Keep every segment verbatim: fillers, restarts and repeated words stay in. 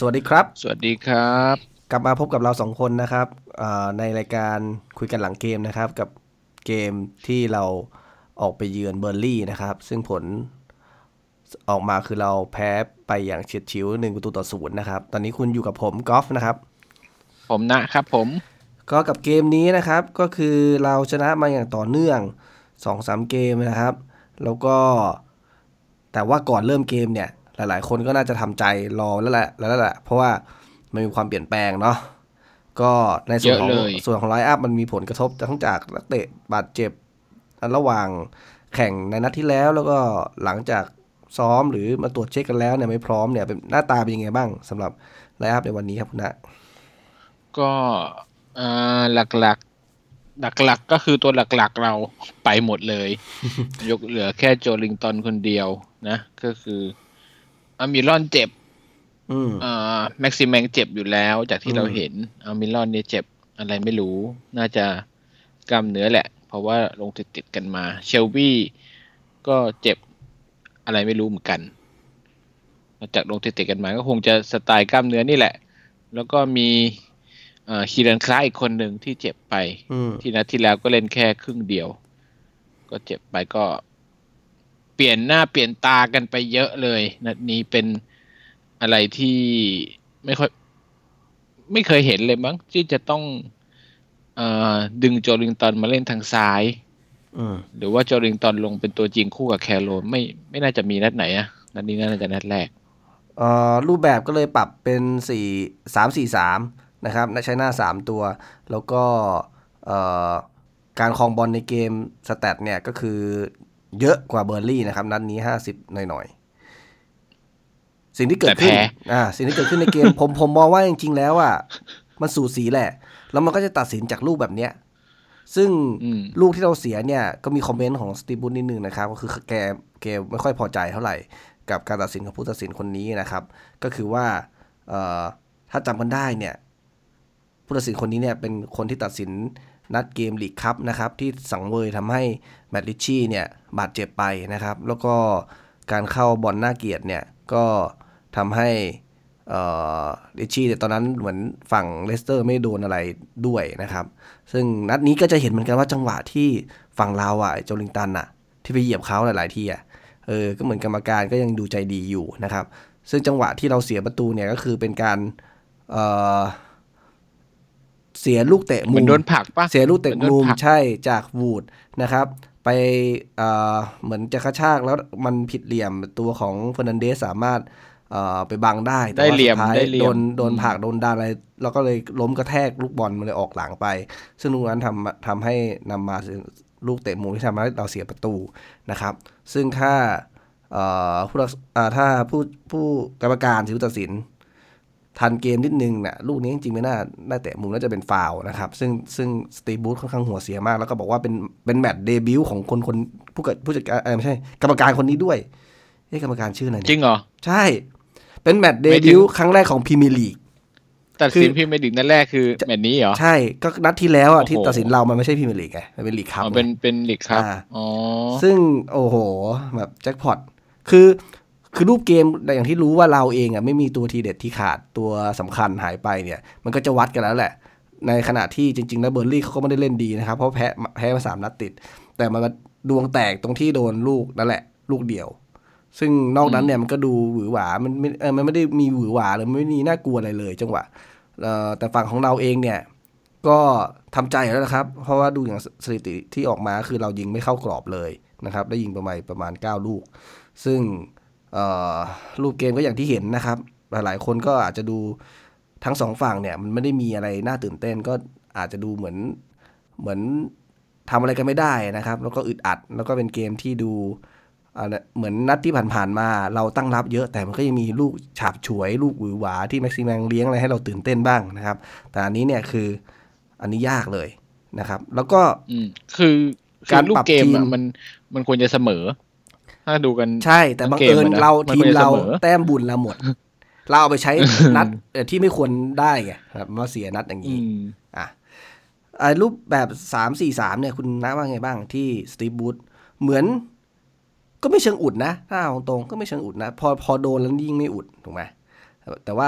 วัสดีครับสวัสดีครับกลับมาพบกับเราสองคนนะครับในรายการคุยกันหลังเกมนะครับกับเกมที่เราออกไปเยือนเบอร์ลี่นะครับซึ่งผลออกมาคือเราแพ้ไปอย่างเฉียดฉิวหนึ่งประตูต่อศูนย์นะครับตอนนี้คุณอยู่กับผมกอล์ฟนะครับผมนะครับผมก็กับเกมนี้นะครับก็คือเราชนะมาอย่างต่อเนื่อง สองถึงสาม เกมนะครับแล้วก็แต่ว่าก่อนเริ่มเกมเนี่ยหลายๆคนก็น่าจะทำใจรอแล้วแหละแล้วแหละเพราะว่ามันมีความเปลี่ยนแปลงเนาะก็ในส่วนของส่วนของไลน์อัพมันมีผลกระทบทั้งจากนักเตะบาดเจ็บระหว่างแข่งในนัดที่แล้วแล้วก็หลังจากซ้อมหรือมาตรวจเช็คกันแล้วเนี่ยไม่พร้อมเนี่ยเป็นหน้าตาเป็นยังไงบ้างสำหรับไลน์อัพในวันนี้ครับคุณณก็หลักหลักหลักหลักก็คือตัวหลักๆเราไปหมดเลย ยกเหลือแค่โจลิงตันคนเดียวนะก็คืออามิรอนเจ็บอ่าแม็กซิแมงเจ็บอยู่แล้วจากที่เราเห็นอามิรอนเนี่ยเจ็บอะไรไม่รู้น่าจะกล้ามเนื้อแหละเพราะว่าลงติดติดกันมาเชลบี้ก็เจ็บอะไรไม่รู้เหมือนกันจากลงติดติดกันมาก็คงจะสไตล์กล้ามเนื้อนี่แหละแล้วก็มีคีรันคลาอีกคนหนึ่งที่เจ็บไปที่นัดที่แล้วก็เล่นแค่ครึ่งเดียวก็เจ็บไปก็เปลี่ยนหน้าเปลี่ยนตากันไปเยอะเลยนัดนี้เป็นอะไรที่ไม่ค่อยไม่เคยเห็นเลยมั้งที่จะต้องเอ่อดึงโจลิงตันมาเล่นทางซ้ายหรือว่าโจลิงตันลงเป็นตัวจริงคู่กับแคโรนไม่ไม่น่าจะมีนัดไหนอะนัดนี้น่าจะนัดแรกเอ่อรูปแบบก็เลยปรับเป็นสี่ สาม สี่ สามนะครับใช้หน้าสามตัวแล้วก็เอ่อการครองบอลในเกมสแตทเนี่ยก็คือเยอะกว่าเบอร์ลี่นะครับนัดนี้ห้าสิบหน่อยๆสิ่งที่เกิดขึ้นอ่าสิ่งที่เกิดขึ้นในเกม ผมผมมองว่าจริงๆแล้วอ่ะมันสูสีแหละแล้วมันก็จะตัดสินจากลูกแบบเนี้ยซึ่งลูกที่เราเสียเนี่ยก็มีคอมเมนต์ของสตีบูธนิดนึงนะครับก็คือแกแกไม่ค่อยพอใจเท่าไหร่กับการตัดสินของผู้ตัดสินคนนี้นะครับก็คือว่าถ้าจำกันได้เนี่ยผู้ตัดสินคนนี้เนี่ยเป็นคนที่ตัดสินนัดเกมลีกคัพนะครับที่สังเวยทำให้แมตต์ริชชี่เนี่ยบาดเจ็บไปนะครับแล้วก็การเข้าบอลหน้าเกียรติเนี่ยก็ทำให้ริชชี่ตอนนั้นเหมือนฝั่งเลสเตอร์ไม่โดนอะไรด้วยนะครับซึ่งนัดนี้ก็จะเห็นเหมือนกันว่าจังหวะที่ฝั่งเราอ่ะโจลิงตันอ่ะที่ไปเหยียบเขาหลายๆทีอ่ะเออก็เหมือนกรรมการก็ยังดูใจดีอยู่นะครับซึ่งจังหวะที่เราเสียประตูเนี่ยก็คือเป็นการเอ่อเสียลูกเตะมุมโดนผลักปะเสียลูกเตะมุมใช่จากวูดนะครับไปเอ่อเหมือนจะกระชากแล้วมันผิดเหลี่ยมตัวของเฟอร์นันเดสสามารถไปบังได้แต่ว่าสุดท้ายโดนโดนผลักโดนดันอะไรแล้วก็เลยล้มกระแทกลูกบอลมันเลยออกหลังไปซึ่งลูกนั้นทำทำให้นำมาลูกเตะมุมที่ทำให้เราเสียประตูนะครับซึ่งถ้าผู้ถ้าผู้ผู้กรรมการผู้ตัดสินทันเกมนิดนึงเนี่ยลูกนี้จริงๆไม่น่าได้เตะมุมน่าจะเป็นฟาวล์นะครับซึ่งซึ่งสตีบูธค่อนข้างหัวเสียมากแล้วก็บอกว่าเป็นเป็นแมตช์เดบิวต์ของคนคนผู้ผู้จัดการเออไม่ใช่กรรมการคนนี้ด้วยเอ๊ะกรรมการชื่ออะไรจริงเหรอใช่เป็นแมตช์เดบิวต์ครั้งแรกของพรีเมียร์ลีกตัดสินพรีเมียร์ลีกนัดแรกคือแมตช์นี้เหรอใช่ก็นัดที่แล้วอ่ะที่ตัดสินเรามันไม่ใช่พรีเมียร์ลีกไงมันเป็นลีกคัพอ๋อเป็นเป็นลีกคัพอ๋อซึ่งโอ้โหแบบแจ็คพอตคือคือรูปเกมอย่างที่รู้ว่าเราเองอ่ะไม่มีตัวทีเด็ดที่ขาดตัวสำคัญหายไปเนี่ยมันก็จะวัดกันแล้วแหละในขณะที่จริงๆแล้วเบอร์ลี่เขาก็ไม่ได้เล่นดีนะครับเพราะแพ้แพ้มาสามนัดติดแต่มันดวงแตกตรงที่โดนลูกนั่นแหละลูกเดียวซึ่งนอกนั้นเนี่ยมันก็ดูหวือหวามันไม่เออมันไม่ได้มีหวือหวาหรือไม่มีน่ากลัวอะไรเลยจังหวะเอ่อแต่ฝั่งของเราเองเนี่ยก็ทำใจแล้วนะครับเพราะว่าดูอย่างสถิติที่ออกมาคือเรายิงไม่เข้ากรอบเลยนะครับได้ยิงประมาณประมาณเก้าลูกซึ่งรูปเกมก็อย่างที่เห็นนะครับหลายๆคนก็อาจจะดูทั้งสองฝั่งเนี่ยมันไม่ได้มีอะไรน่าตื่นเต้นก็อาจจะดูเหมือนเหมือนทำอะไรกันไม่ได้นะครับแล้วก็อึดอัดแล้วก็เป็นเกมที่ดูเหมือนนัดที่ผ่านๆมาเราตั้งรับเยอะแต่มันก็ยังมีลูกฉาบฉวยลูกหวือหวาที่แม็กซิแมงเลี้ยงอะไรให้เราตื่นเต้นบ้างนะครับแต่อันนี้เนี่ยคืออันนี้ยากเลยนะครับแล้วก็คือการลูกเกมอ่ะมันมันควรจะเสมอถ้าดูกันใช่แต่บังเอิญเราทีมเราแต้มบุญเราหมดเราเอาไปใช้นัดที่ไม่ควรได้ไงครับมาเสียนัดอย่างนี้อ่ะไอ้รูปแบบ สาม สี่ สามเนี่ยคุณน้าว่าไงบ้างที่สตีฟบูธเหมือนก็ไม่เชิงอุดนะถ้าเอาตรงก็ไม่เชิงอุดนะพอพอโดนแล้วยิ่งไม่อุดถูกไหมแต่ว่า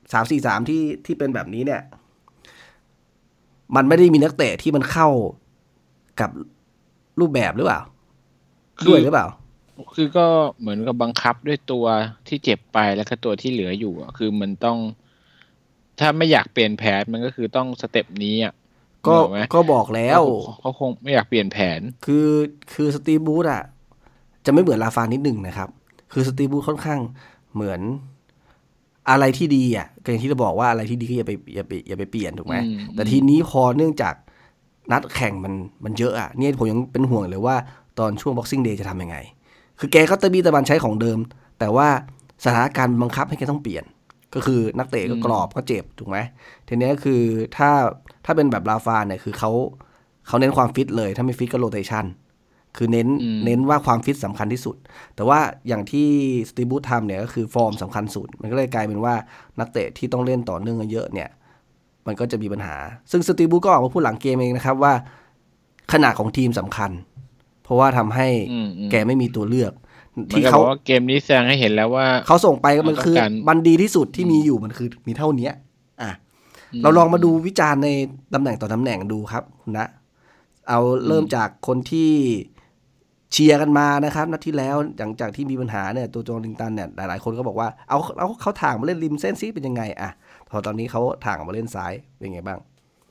สาม สี่ สามที่ที่เป็นแบบนี้เนี่ยมันไม่ได้มีนักเตะที่มันเข้ากับรูปแบบหรือเปล่าด้วยหรือเปล่าคือก็เหมือนกับบังคับด้วยตัวที่เจ็บไปแล้วก็ตัวที่เหลืออยู่อ่ะคือมันต้องถ้าไม่อยากเปลี่ยนแผนมันก็คือต้องสเต็ปนี้อ่ะก็ก็บอกแล้วเขาคงไม่อยากเปลี่ยนแผนคือคือสตีฟบูธอ่ะจะไม่เหมือนลาฟานิดหนึ่งนะครับคือสตีฟบูธค่อนข้างเหมือนอะไรที่ดีอ่ะก็อย่างที่เราบอกว่าอะไรที่ดีก็อย่าไปอย่าไปอย่าไปเปลี่ยนถูกไหมแต่ทีนี้พอเนื่องจากนัดแข่งมันมันเยอะอ่ะเนี่ยผมยังเป็นห่วงเลยว่าตอนช่วง Boxing Day จะทำยังไงคือแกก็ตะบี้ตะบันใช้ของเดิมแต่ว่าสถานการณ์บังคับให้แกต้องเปลี่ยนก็คือนักเตะก็กรอบก็เจ็บถูกไหมทีนี้ก็คือถ้าถ้าเป็นแบบลาฟาเนี่ยคือเขาเขาเน้นความฟิตเลยถ้าไม่ฟิตก็โรเตชันคือเน้นเน้นว่าความฟิตสำคัญที่สุดแต่ว่าอย่างที่สตีฟบูธทำเนี่ยก็คือฟอร์มสำคัญสุดมันก็เลยกลายเป็นว่านักเตะที่ต้องเล่นต่อเนื่องเยอะเนี่ยมันก็จะมีปัญหาซึ่งสตีฟบูธก็ออกมาพูดหลังเกมเองนะครับว่าขนาดของทีมสำคัญเพราะว่าทำให้แกไม่มีตัวเลือกที่เขาบอกว่าเกมนี้แสดงให้เห็นแล้วว่าเขาส่งไปมันคือมันดีที่สุดที่มีอยู่มันคือมีเท่านี้อ่ะเราลองมาดูวิจารณ์ในตำแหน่งต่อตำแหน่งดูครับคุณนะเอาเริ่มจากคนที่เชียร์กันมานะครับนัดที่แล้วหลังจากที่มีปัญหาเนี่ยตัวโจลิงตันเนี่ยหลายๆคนก็บอกว่าเอาเอาเขาถ่างมาเล่นริมเส้นซิเป็นยังไงอ่ะพอตอนนี้เขาถ่างมาเล่นซ้ายเป็นไงบ้าง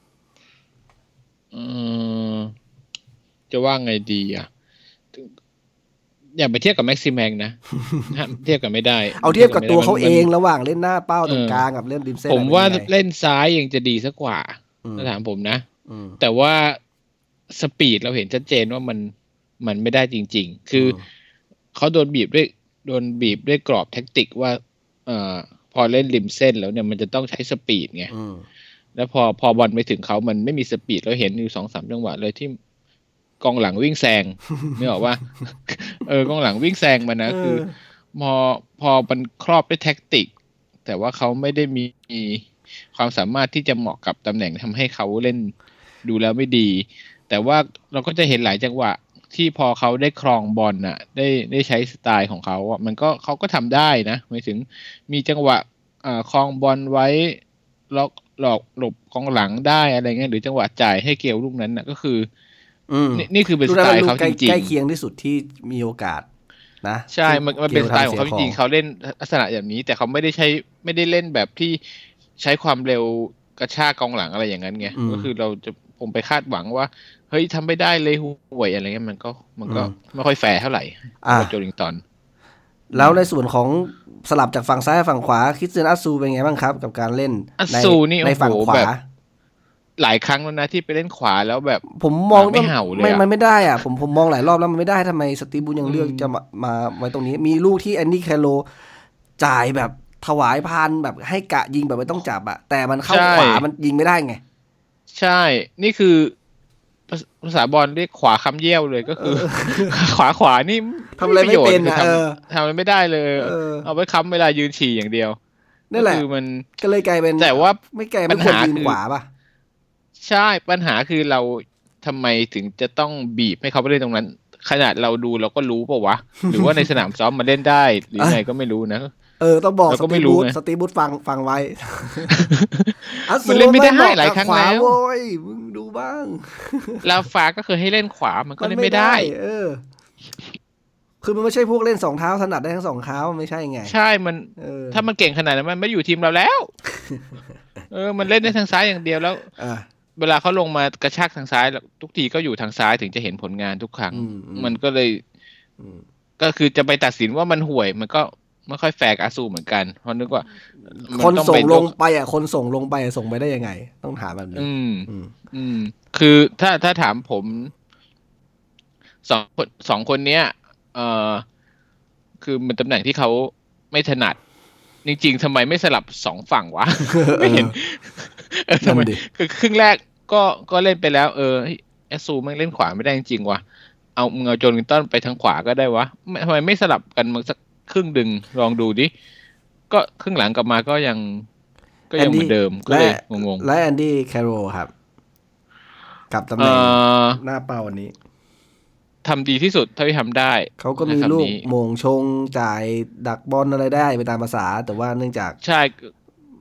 อืมจะว่าไงดีอ่ะอย่าไปเทียบกับแม็กซิแมงนะเทียบกันไม่ได้เอาเทียบกับตัวเขาเองระหว่างเล่นหน้าเป้าตรงกลางกับเล่นริมเส้นผมว่าเล่นซ้ายยังจะดีสักกว่าถ้าถามผมนะแต่ว่าสปีดเราเห็นชัดเจนว่ามันมันไม่ได้จริงๆคือเขาโดนบีบด้วยโดนบีบด้วยกรอบแท็กติกว่าเอ่อพอเล่นริมเส้นแล้วเนี่ยมันจะต้องใช้สปีดไงแล้วพอพอบอลไปถึงเขามันไม่มีสปีดเราเห็นอยู่ สองสาม จังหวะเลยที่กองหลังวิ่งแซงนึกออกว่าเออกองหลังวิ่งแซงมันนะคือพอพอมันครอบด้วยแท็กติกแต่ว่าเขาไม่ได้มีความสามารถที่จะเหมาะกับตำแหน่งทำให้เขาเล่นดูแล้วไม่ดีแต่ว่าเราก็จะเห็นหลายจังหวะที่พอเขาได้ครองบอลน่ะได้ได้ใช้สไตล์ของเขาอ่ะมันก็เขาก็ทำได้นะหมายถึงมีจังหวะอ่าครองบอลไว้ล็อกหลอกหลบกองหลังได้อะไรเงี้ยหรือจังหวะจ่ายให้เกลลูกนั้นน่ะก็คือนี่นี่คือเป็นสไตล์เขาจริงๆใกล้เคียงที่สุดที่มีโอกาสนะใช่มันมันเป็นสไตล์ของเขาจริงๆเขาเล่นลักษณะแบบนี้แต่เขาไม่ได้ใช้ไม่ได้เล่นแบบที่ใช้ความเร็วกระชากกองหลังอะไรอย่างนั้นไงก็คือเราจะผมไปคาดหวังว่าเฮ้ยทำไม่ได้เลยห่วยอะไรเงี้ยมันก็มันก็ไม่ค่อยแฟร์เท่าไหร่โจลิงตันแล้วในส่วนของสลับจากฝั่งซ้ายฝั่งขวาคริสเตียนอัสซูเป็นไงบ้างครับกับการเล่นในในฝั่งขวาหลายครั้งแล้วนะที่ไปเล่นขวาแล้วแบบผมมองไม่เห่าเลยไม่มันไม่ได้อ่ะผมผมมองหลายรอบแล้วมันไม่ได้ทำไมสตีฟบูธยังเลือกจะมามาไว้ตรงนี้มีลูกที่แอนดี้แคโรจ่ายแบบถวายพานแบบให้กะยิงแบบไม่ต้องจับอ่ะแต่มันเข้าขวามันยิงไม่ได้ไงใช่นี่คือภาษาบอลเรียกขวาค้ำเยี่ยวเลยก็คือขวาขวานี่ทำอะไรไม่เป็นอ่ะทำอะไรไม่ได้เลยเอาไว้ค้ำเวลายืนฉี่อย่างเดียวนั่นแหละคือมันก็เลยกลายเป็นแต่ว่าไม่กลายเป็นคนยืนขวาป่ะใช่ปัญหาคือเราทำไมถึงจะต้องบีบให้เขาไปเล่นตรงนั้นขนาดเราดูเราก็รู้ป่ะวะหรือว่าในสนามซ้อมมาเล่นได้หรือไงก็ไม่รู้นะเออต้องบอกสตีบูธสตีบูธฟังฟังไว้มันเล่นไม่ได้หลายครั้งแล้วโว้ยมึงดูบ้างลาฟาก็เคยให้เล่นขวามันก็เล่นไม่ได้เออคือมันไม่ใช่พวกเล่นสองเท้าถนัดได้ทั้งสองเท้าไม่ใช่ไงใช่มันถ้ามันเก่งขนาดนั้นมันไม่อยู่ทีมเราแล้วเออมันเล่นได้ทางซ้ายอย่างเดียวแล้วเวลาเขาลงมากระชากทางซ้ายทุกทีก็อยู่ทางซ้ายถึงจะเห็นผลงานทุกครั้งมันก็เลยก็คือจะไปตัดสินว่ามันห่วยมันก็ไม่ค่อยแฟร์กับอาซูเหมือนกันเพราะนึกว่าคนส่งลงไปอ่ะคนส่งลงไปส่งไปได้ยังไงต้องถามแบบนี้อืมอืมคือถ้าถ้าถามผมสองคนสองคนเนี้ยเอ่อคือมันตำแหน่งที่เขาไม่ถนัดจริงๆทำไมไม่สลับสองฝั่งวะไม่เห็นเออทำไมคือครึ่งแรกก็ก็เล่นไปแล้วเออแอสซูมันเล่นขวาไม่ได้จริงๆวะเอามึงเอาโจลิงตันไปทางขวาก็ได้วะทำไมไม่สลับกันมึงสักครึ่งดึงลองดูดิก็ครึ่งหลังกลับมาก็ยังก็ยังเหมือนเดิมก็เลยงงๆและแอนดี้แคโรครับกับตำแหน่งหน้าเป้าวันนี้ทำดีที่สุดเท่าที่ทำได้เขาก็มีลูกโมงชงจ่ายดักบอลอะไรได้ไปตามภาษาแต่ว่าเนื่องจากใช่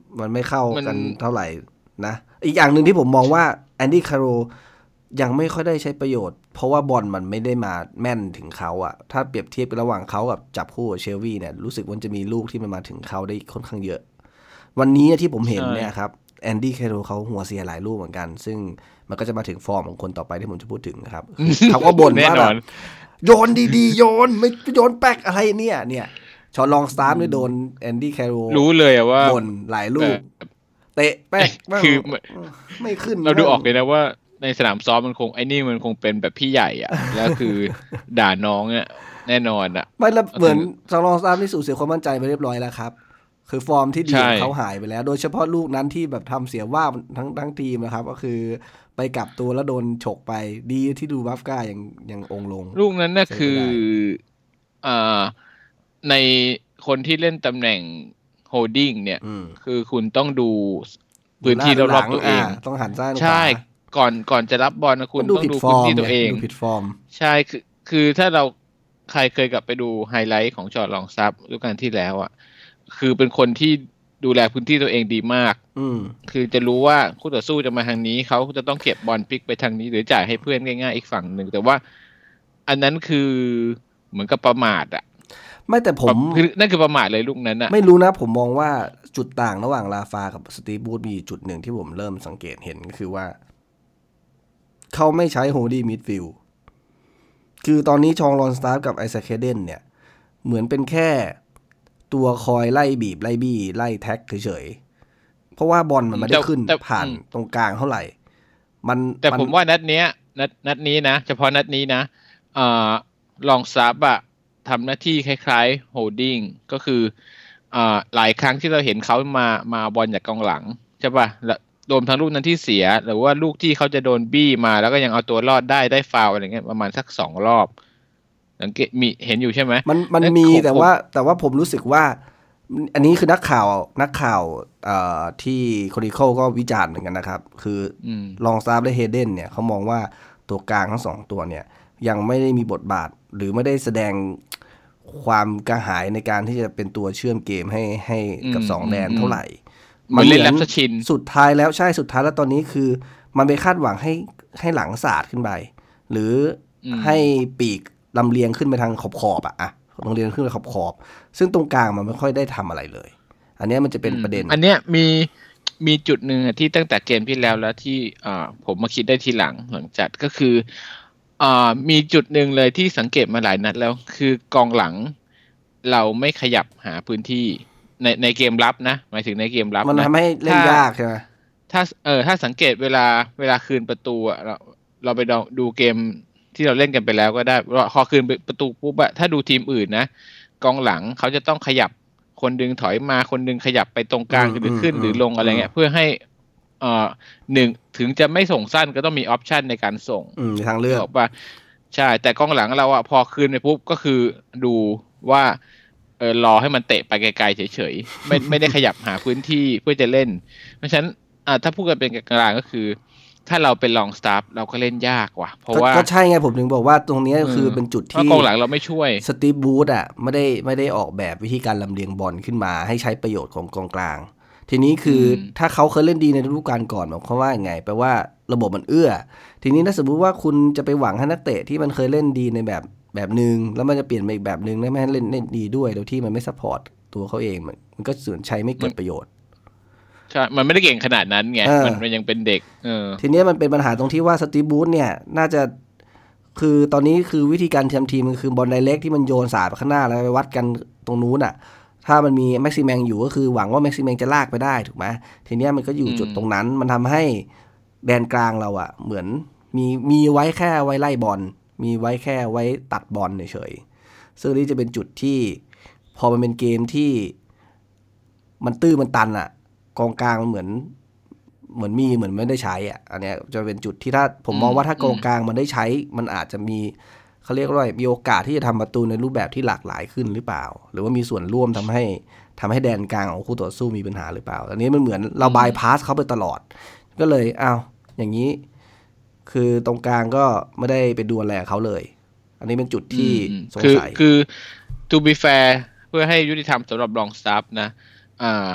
มันไม่เข้ากันเท่าไหร่นะอีกอย่างหนึ่งที่ผมมองว่าแอนดี้คาโรยังไม่ค่อยได้ใช้ประโยชน์เพราะว่าบอลมันไม่ได้มาแม่นถึงเขาอะถ้าเปรียบเทียบระหว่างเขากับจับคู่กับเชลวีเนี่ยรู้สึกว่าจะมีลูกที่มันมาถึงเขาได้ค่อนข้างเยอะวันนี้ที่ผมเห็นเนี่ยครับแอนดี้คาโรเขาหัวเสียหลายลูกเหมือนกันซึ่งมันก็จะมาถึงฟอร์มของคนต่อไปที่ผมจะพูดถึงครับ เขาก็บ่นว่าแบบโยนดีๆโยนไม่โยนแป๊กอะไรเนี่ยเนี่ยชอนลองสตาร์ฟเนี่ยโดนแอนดี้แคโรรู้เลยอะว่าบ่นหลายลูกเตะแป๊กคือไม่ขึ้นเราดูออกเลยนะว่าในสนามซ้อมมันคงไอ้นี่มันคงเป็นแบบพี่ใหญ่อ่ะแล้วคือด่าน้องเนี่ยแน่นอนอ่ะไม่แล้วเหมือนชอนลองสตาร์ฟนี่สูญเสียความมั่นใจไปเรียบร้อยแล้วครับคือฟอร์มที่ดีของเขาหายไปแล้วโดยเฉพาะลูกนั้นที่แบบทำเสียว่าทั้งทั้งทีมนะครับก็คือไปกลับตัวแล้วโดนฉกไปดีที่ดูบัฟก้ายังยังองลงลูกนั้นน่ะคืออ่าในคนที่เล่นตำแหน่งโฮลดิ้งเนี่ยคือคุณต้องดูพื้นที่รอบๆตัวเองต้องหันซ้ายใช่ก่อนก่อนจะรับบอลนะคุณต้องดูพื้นที่ตัวเองดูผิดฟอร์มใช่คือคือถ้าเราใครเคยกลับไปดูไฮไลท์ของจอร์จลองซับฤดูกาลที่แล้วอ่ะคือเป็นคนที่ดูแลพื้นที่ตัวเองดีมากคือจะรู้ว่าคู่ต่อสู้จะมาทางนี้เขาจะต้องเก็บบอลพลิกไปทางนี้หรือจ่ายให้เพื่อนง่ายๆอีกฝั่งหนึ่งแต่ว่าอันนั้นคือเหมือนกับประมาทอ่ะไม่แต่ผมนั่นคือประมาทเลยลูกนั้นอ่ะไม่รู้นะผมมองว่าจุดต่างระหว่างลาฟากับสตีฟบูธมีจุดหนึ่งที่ผมเริ่มสังเกตเห็นก็คือว่าเขาไม่ใช้โฮลดี้มิดฟิลด์คือตอนนี้ชองลอนสตาร์กับไอแซคเคเดนเนี่ยเหมือนเป็นแค่ตัวคอยไล่บีบไล่บี้ไล่แท็กเฉยๆเพราะว่าบอลมันไม่ได้ขึ้นผ่านตรงกลางเท่าไหร่มันแต่ผมว่านัดเนี้ยนัดนัดนี้นะเฉพาะนัดนี้นะอ่าลองซับอะทำหน้าที่คล้ายๆโฮลดิ้งก็คืออ่าหลายครั้งที่เราเห็นเขามามาบอลจากกองหลังใช่ป่ะแล้วรวมทั้งลูกนั้นที่เสียหรือว่าลูกที่เขาจะโดนบี้มาแล้วก็ยังเอาตัวรอดได้ได้ฟาวอะไรเงี้ยประมาณสักสองรอบสังเกตมีเห็นอยู่ใช่ไหมมันมันมีแต่ว่าแต่ว่าผมรู้สึกว่าอันนี้คือนักข่าวนักข่าวที่โคนิคอลก็วิจารณ์เหมือนกันนะครับคือลองซาบและเฮเดนเนี่ยเขามองว่าตัวกลางทั้งสองตัวเนี่ยยังไม่ได้มีบทบาทหรือไม่ได้แสดงความกระหายในการที่จะเป็นตัวเชื่อมเกมให้ให้กับสองแดนเท่าไหร่มันเล่นแลปชินสุดท้ายแล้วใช่สุดท้ายแล้วตอนนี้คือมันไปคาดหวังให้ให้หลังศาสตร์ขึ้นไปหรือให้ปีกลำเลียงขึ้นไปทางขอบขอบอ่ะอะลำเลียงขึ้นไปขอบขอบซึ่งตรงกลางมันไม่ค่อยได้ทำอะไรเลยอันนี้มันจะเป็นประเด็นอันเนี้ยมีมีจุดหนึ่งที่ตั้งแต่เกมที่แล้วแล้วที่อ่าผมมาคิดได้ทีหลังหลังจากก็คืออ่ามีจุดหนึ่งเลยที่สังเกตมาหลายนัดแล้วคือกองหลังเราไม่ขยับหาพื้นที่ในในเกมรับนะหมายถึงในเกมรับมันทำให้เล่นยากใช่ไหมถ้าเออถ้าสังเกตเวลาเวลาคืนประตูอ่ะเราเราไปดูเกมที่เราเล่นกันไปแล้วก็ได้พอคืนประตูปุ๊บอะถ้าดูทีมอื่นนะกองหลังเขาจะต้องขยับคนดึงถอยมาคนดึงขยับไปตรงกลางหรือขึ้นหรือลงอะไรเงี้ยเพื่อให้เอ่อหนึ่งถึงจะไม่ส่งสั้นก็ต้องมีออปชันในการส่งทางเลือกป่ะใช่แต่กองหลังเราอะพอคืนไปปุ๊บก็คือดูว่าเออรอให้มันเตะไปไกลๆเฉยๆไม่ไม่ได้ขยับหาพื้นที่เพื่อจะเล่นเพราะฉะนั้นอ่าถ้าพูดกันเป็นกลางๆก็คือถ้าเราเป็นลองสตาร์ฟเราก็เล่นยากว่ะเพราะว่าก็ใช่ไงผมถึงบอกว่าตรงนี้คือเป็นจุดที่กองหลังเราไม่ช่วยสตีฟบูธอ่ะไม่ได้ไม่ได้ออกแบบวิธีการลำเลียงบอลขึ้นมาให้ใช้ประโยชน์ของกองกลางทีนี้คือถ้าเขาเคยเล่นดีในฤดูกาลก่อนหมายความว่าไงแปลว่าระบบมันเอื้อทีนี้ถ้าสมมุติว่าคุณจะไปหวังให้นักเตะที่มันเคยเล่นดีในแบบแบบนึงแล้วมันจะเปลี่ยนไปอีกแบบนึงแล้วไม่ให้เล่นเล่นดีด้วยโดยที่มันไม่ซัพพอร์ตตัวเขาเองมันก็ส่วนใช้ไม่เกิดประโยชน์ใช่มันไม่ได้เก่งขนาดนั้นไงมันมันยังเป็นเด็กเออทีนี้มันเป็นปัญหาตรงที่ว่าสตีฟบูธเนี่ยน่าจะคือตอนนี้คือวิธีการทำทีมมันคือบอลไดเรกที่มันโยนสาดไปข้างหน้าแล้วไปวัดกันตรงนู้นอ่ะถ้ามันมีแม็กซิแมงอยู่ก็คือหวังว่าแม็กซิแมงจะลากไปได้ถูกไหมทีนี้มันก็อยู่จุดตรงนั้นมันทำให้แดนกลางเราอ่ะเหมือนมีมีไว้แค่ไว้ไล่บอลมีไว้แค่ไว้ตัดบอลเฉยๆซึ่งนี่จะเป็นจุดที่พอมันเป็นเกมที่มันตื้อมันตันอ่ะกองกลางมันเหมือนเหมือนมีเหมือนไม่ได้ใช้อ่ะอันเนี้ยจะเป็นจุดที่ถ้าผมมองว่าถ้ากองกลางมันได้ใช้มันอาจจะมีเขาเรียกว่ามีโอกาสที่จะทำประตูในรูปแบบที่หลากหลายขึ้นหรือเปล่าหรือว่ามีส่วนร่วมทำให้ทำให้แดนกลางของคู่ต่อสู้มีปัญหาหรือเปล่าอันนี้มันเหมือนเราบายพาสเขาไปตลอดก็เลยอ้าวอย่างนี้คือตรงกลางก็ไม่ได้ไปดูแลเขาเลยอันนี้เป็นจุดที่สงสัยคือคือ to be fair เพื่อให้ยุติธรรมสำหรับรองสตาฟนะอ่า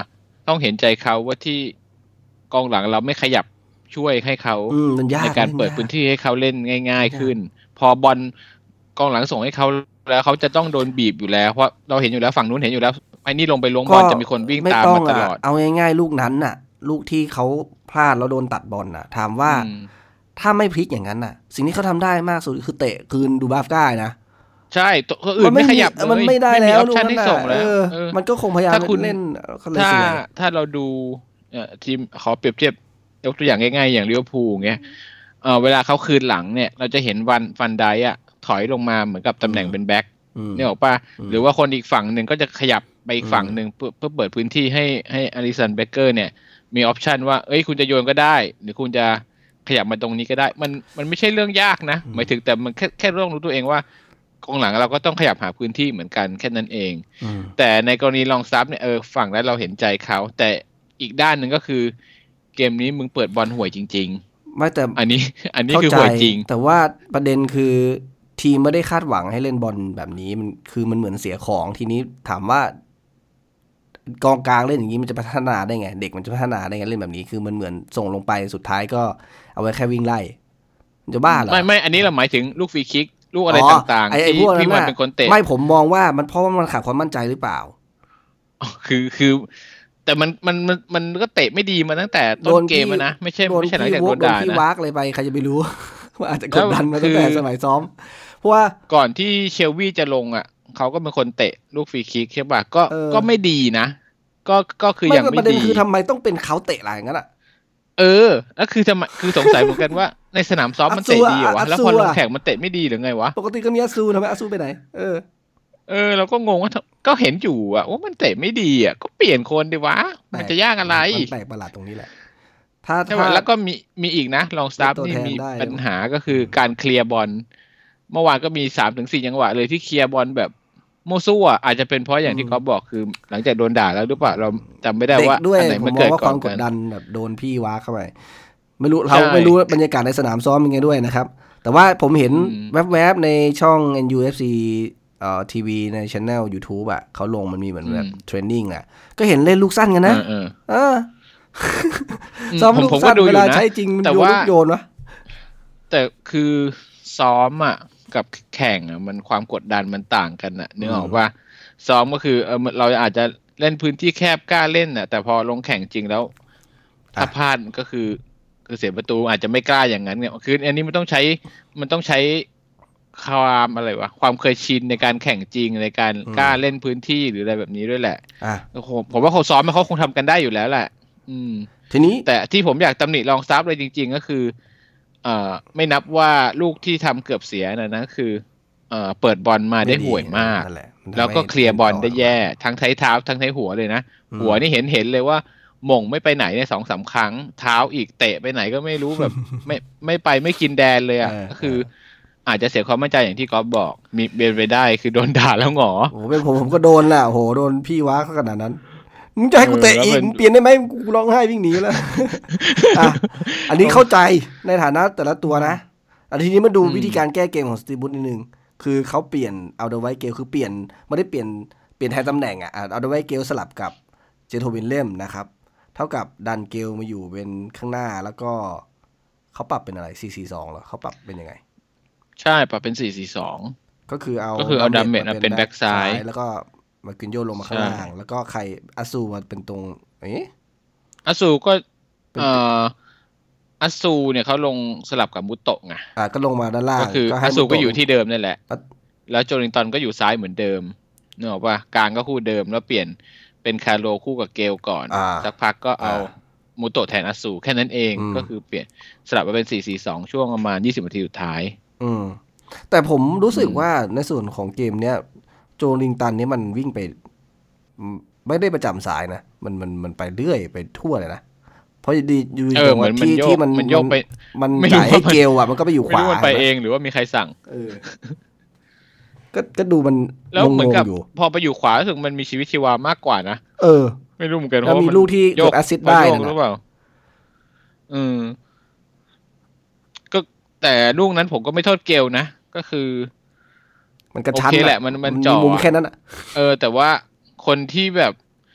ต้องเห็นใจเขาว่าที่กองหลังเราไม่ขยับช่วยให้เขาในการเปิดพื้นที่ให้เขาเล่นง่ายๆขึ้นพอบอลกองหลังส่งให้เขาแล้วเขาจะต้องโดนบีบอยู่แล้วเพราะเราเห็นอยู่แล้วฝั่งนู้นเห็นอยู่แล้วไอ้นี่ลงไปล้วงบอลจะมีคนวิ่งตามมาตลอดเอาง่ายๆลูกนั้นน่ะลูกที่เขาพลาดแล้วโดนตัดบอลน่ะถามว่าถ้าไม่พลิกอย่างนั้นน่ะสิ่งที่เขาทำได้มากสุดคือเตะคืนดูบาฟก้านะใช่ตัวอื่นไม่ขยับเลยมันไม่ได้แล้วลูกนั้นส่งแล้วมันก็คงพยายามเล่นถ้าถ้าเราดูทีมขอเปรียบเทียบยกตัวอย่างง่ายๆอย่างลิเวอร์พูลเงี้ยเออเวลาเขาคืนหลังเนี่ยเราจะเห็นวันฟันไดอ่ะถอยลงมาเหมือนกับตำแหน่งเป็นแบ็คนี่บอกป่ะหรือว่าคนอีกฝั่งหนึ่งก็จะขยับไปอีกฝั่งหนึ่งเพื่อเพื่อเปิดพื้นที่ให้ให้อลิสันเบเกอร์เนี่ยมีออปชันว่าเอ้ยคุณจะโยนก็ได้หรือคุณจะขยับมาตรงนี้ก็ได้มันมันไม่ใช่เรื่องยากนะหมายถึงแต่มันแค่แค่ต้องรู้ตัวเองว่ากองหลังเราก็ต้องขยับหาพื้นที่เหมือนกันแค่นั้นเองแต่ในกรณีลองซับเนี่ยเออฝั่งนั้นเราเห็นใจเขาแต่อีกด้านหนึ่งก็คือเกมนี้มึงเปิดบอลห่วยจริงๆไม่แต่อันนี้อันนี้คือห่วยจริงแต่ว่าประเด็นคือทีมไม่ได้คาดหวังให้เล่นบอลแบบนี้มันคือมันเหมือนเสียของทีนี้ถามว่ากองกลางเล่นอย่างนี้มันจะพัฒนาได้ไงเด็กมันจะพัฒนาได้ไงเล่นแบบนี้คือมันเหมือนส่งลงไปสุดท้ายก็เอาไว้แค่วิ่งไล่จะบ้าเหรอไม่ไม่อันนี้เราหมายถึงลูกฟรีคิกลูกอะไรต่างๆที่พี่วันเป็นคนเตะไม่ผมมองว่ามันเพราะว่ามันขาดความมั่นใจหรือเปล่าคือคือแต่มันมันมันมันก็เตะไม่ดีมาตั้งแต่ต้นเกมนะไม่ใช่ไม่ใช่หลังจากโดนด่านะโดนพี่วักเลยไปใครจะไปรู้ว่าอาจจะกดดันมาตั้งแต่สมัยซ้อมเพราะว่าก่อนที่เชลวี่จะลงอ่ะเขาก็เป็นคนเตะลูกฟรีคิกใช่ป่ะก็ก็ไม่ดีนะก็ก็คือยังไม่ดีประเด็นคือทำไมต้องเป็นเขาเตะอะไรอย่างนั้นอ่ะเออแล้วคือจะคือสงสัยเหมือนกันว่าในสนามซ้อมมันเตะดีเหรอวะแล้วพอลงแข่งมันเตะไม่ดีหรือไงวะปกติก็มีอาซูทำไมอาซูไปไหนเออเออเราก็งงว่าก็เห็นอยู่อะว่ามันเตะไม่ดีอะก็เปลี่ยนคนดิวะมันจะยากอะไรมันแปลกประหลาดตรงนี้แหละถ้าแล้วก็มีมีอีกนะลองสตาร์นี่มีปัญหาก็คือการเคลียร์บอลเมื่อวานก็มี สามถึงสี่ จังหวะเลยที่เคลียร์บอลแบบโมซั่วอาจจะเป็นเพราะอย่างที่เขาบอกคือหลังจากโดนด่าแล้วหรือเปล่าเราจำไม่ได้ว่าอันไหนมันเกิดก่อนกันดันแบบโดนพี่ว้าเข้าไปไม่รู้เราไม่รู้บรรยากาศในสนามซ้อมเป็นไงด้วยนะครับแต่ว่าผมเห็นแวบๆในช่อง เอ็น ยู เอฟ ซี เอ่อทีวีใน channel YouTube อ่ะเขาลงมันมีเหมือนแบบเทรนนิ่งอ่ะก็เห็นเล่นลูกสั้นกันนะเออซ้อมลูกสั้นเวลาใช้จริงมันโยนลูกโยนวะแต่คือซ้อมอ่ะกับแข่งอ่ะมันความกดดันมันต่างกันอ่ะนึกออกว่าซ้อมก็คือเออเราอาจจะเล่นพื้นที่แคบกล้าเล่นน่ะแต่พอลงแข่งจริงแล้วถ้าพลาดก็คือคือเสียประตูอาจจะไม่กล้าอย่างนั้นเนี่ยคืออันนี้มันต้องใช้มันต้องใช้ความอะไรวะความเคยชินในการแข่งจริงในการกล้าเล่นพื้นที่หรืออะไรแบบนี้ด้วยแหละอ่ะผมว่าเขาซ้อมเขาคงทำกันได้อยู่แล้วแหละอืมทีนี้แต่ที่ผมอยากตำหนิลองซับเลยจริงๆก็คือเอ่อไม่นับว่าลูกที่ทำเกือบเสียนะนะคือเอ่อเปิดบอลมาได้ห่วยมากแล้วก็เคลียร์บอลได้แย่ทั้งไท้เท้าทั้งไท้หัวเลยนะหัวนี่เห็นเห็นเลยว่าหม่งไม่ไปไหนในสองสามครั้งเท้าอีกเตะไปไหนก็ไม่รู้แบบไม่ไม่ไปไม่กินแดนเลยอ่ะก็คืออาจจะเสียความมั่นใจอย่างที่ก๊อฟบอกมีเบนไปได้คือโดนด่าแล้วหงอโอ้เป็นผมผมก็โดนแหละโหโดนพี่ว้าขนาดนั้นมึงจะให้กูเตะอีกเปลี่ยนได้ไหมกูร้องไห้วิ่งหนีแล้วอ่ะอันนี้เข้าใจในฐานะแต่ละตัวนะอันทีนี้มาดูวิธีการแก้เกมของสตีบูธนิดนึงคือเขาเปลี่ยนเอาเดอะไวท์เกลคือเปลี่ยนไม่ได้เปลี่ยนเปลี่ยนแทนตำแหน่งอ่ะเอาเดอะไวท์เกลสลับกับเจโทวินเล่มนะครับเท่ากับดันเกลมาอยู่เป็นข้างหน้าแล้วก็เขาปรับเป็นอะไร สี่ สี่ สอง เหรอเขาปรับเป็นยังไงใช่ปรับเป็น สี่ สี่ สองก็คือเอาก็คือเอาดัมเมจมาเป็นแบ็คซ้ายแล้วก็มากินโยลงมาข้างล่างแล้วก็ใครอาซูมาเป็นตรงเอ๊ะอาซูก็เอ่ออาซูเนี่ยเขาลงสลับกับมุโตะไงอ่าก็ลงมาด้านล่างก็คืออาซูก็อยู่ที่เดิมนั่นแหละแล้วโจลิงตันก็อยู่ซ้ายเหมือนเดิมนึกออกป่ะกลางก็คู่เดิมแล้วเปลี่ยนเป็นคาโรคู่กับเกลก่อนสักพักก็เอามุโตะแทนอาซูแค่นั้นเองก็คือเปลี่ยนสลับมาเป็น สี่ สี่ สอง ช่วงประมาณยี่สิบนาทีสุดท้ายอืมแต่ผมรู้สึกว่าในส่วนของเกมเนี้ยโจลิงตันนี่มันวิ่งไปไม่ได้ประจำสายนะมันมันมันไปเรื่อยไปทั่วเลยนะเพราะดีอยู่ตรงที่ที่มันมันโยกไปมันจ่ายให้เกลอ่ะมันก็ไปอยู่ขวาไม่รู้มันไปเองหรือว่ามีใครสั่งเออก็ก็ดูมันแล้วเหมือนกับพอไปอยู่ขวารู้สึกมันมีชีวิตชีวามากกว่านะเออไม่รู้เหมือนกันเพราะมีลูกที่โยกแอสซิสต์ได้หรือเปล่าอืมก็แต่ลูกนั้นผมก็ไม่โทษเกลนะก็คือมันกระชั้นแหละมันมันจ่อมุมแค่นั้นอ่ะเออแต่ว่าคนที่แบบ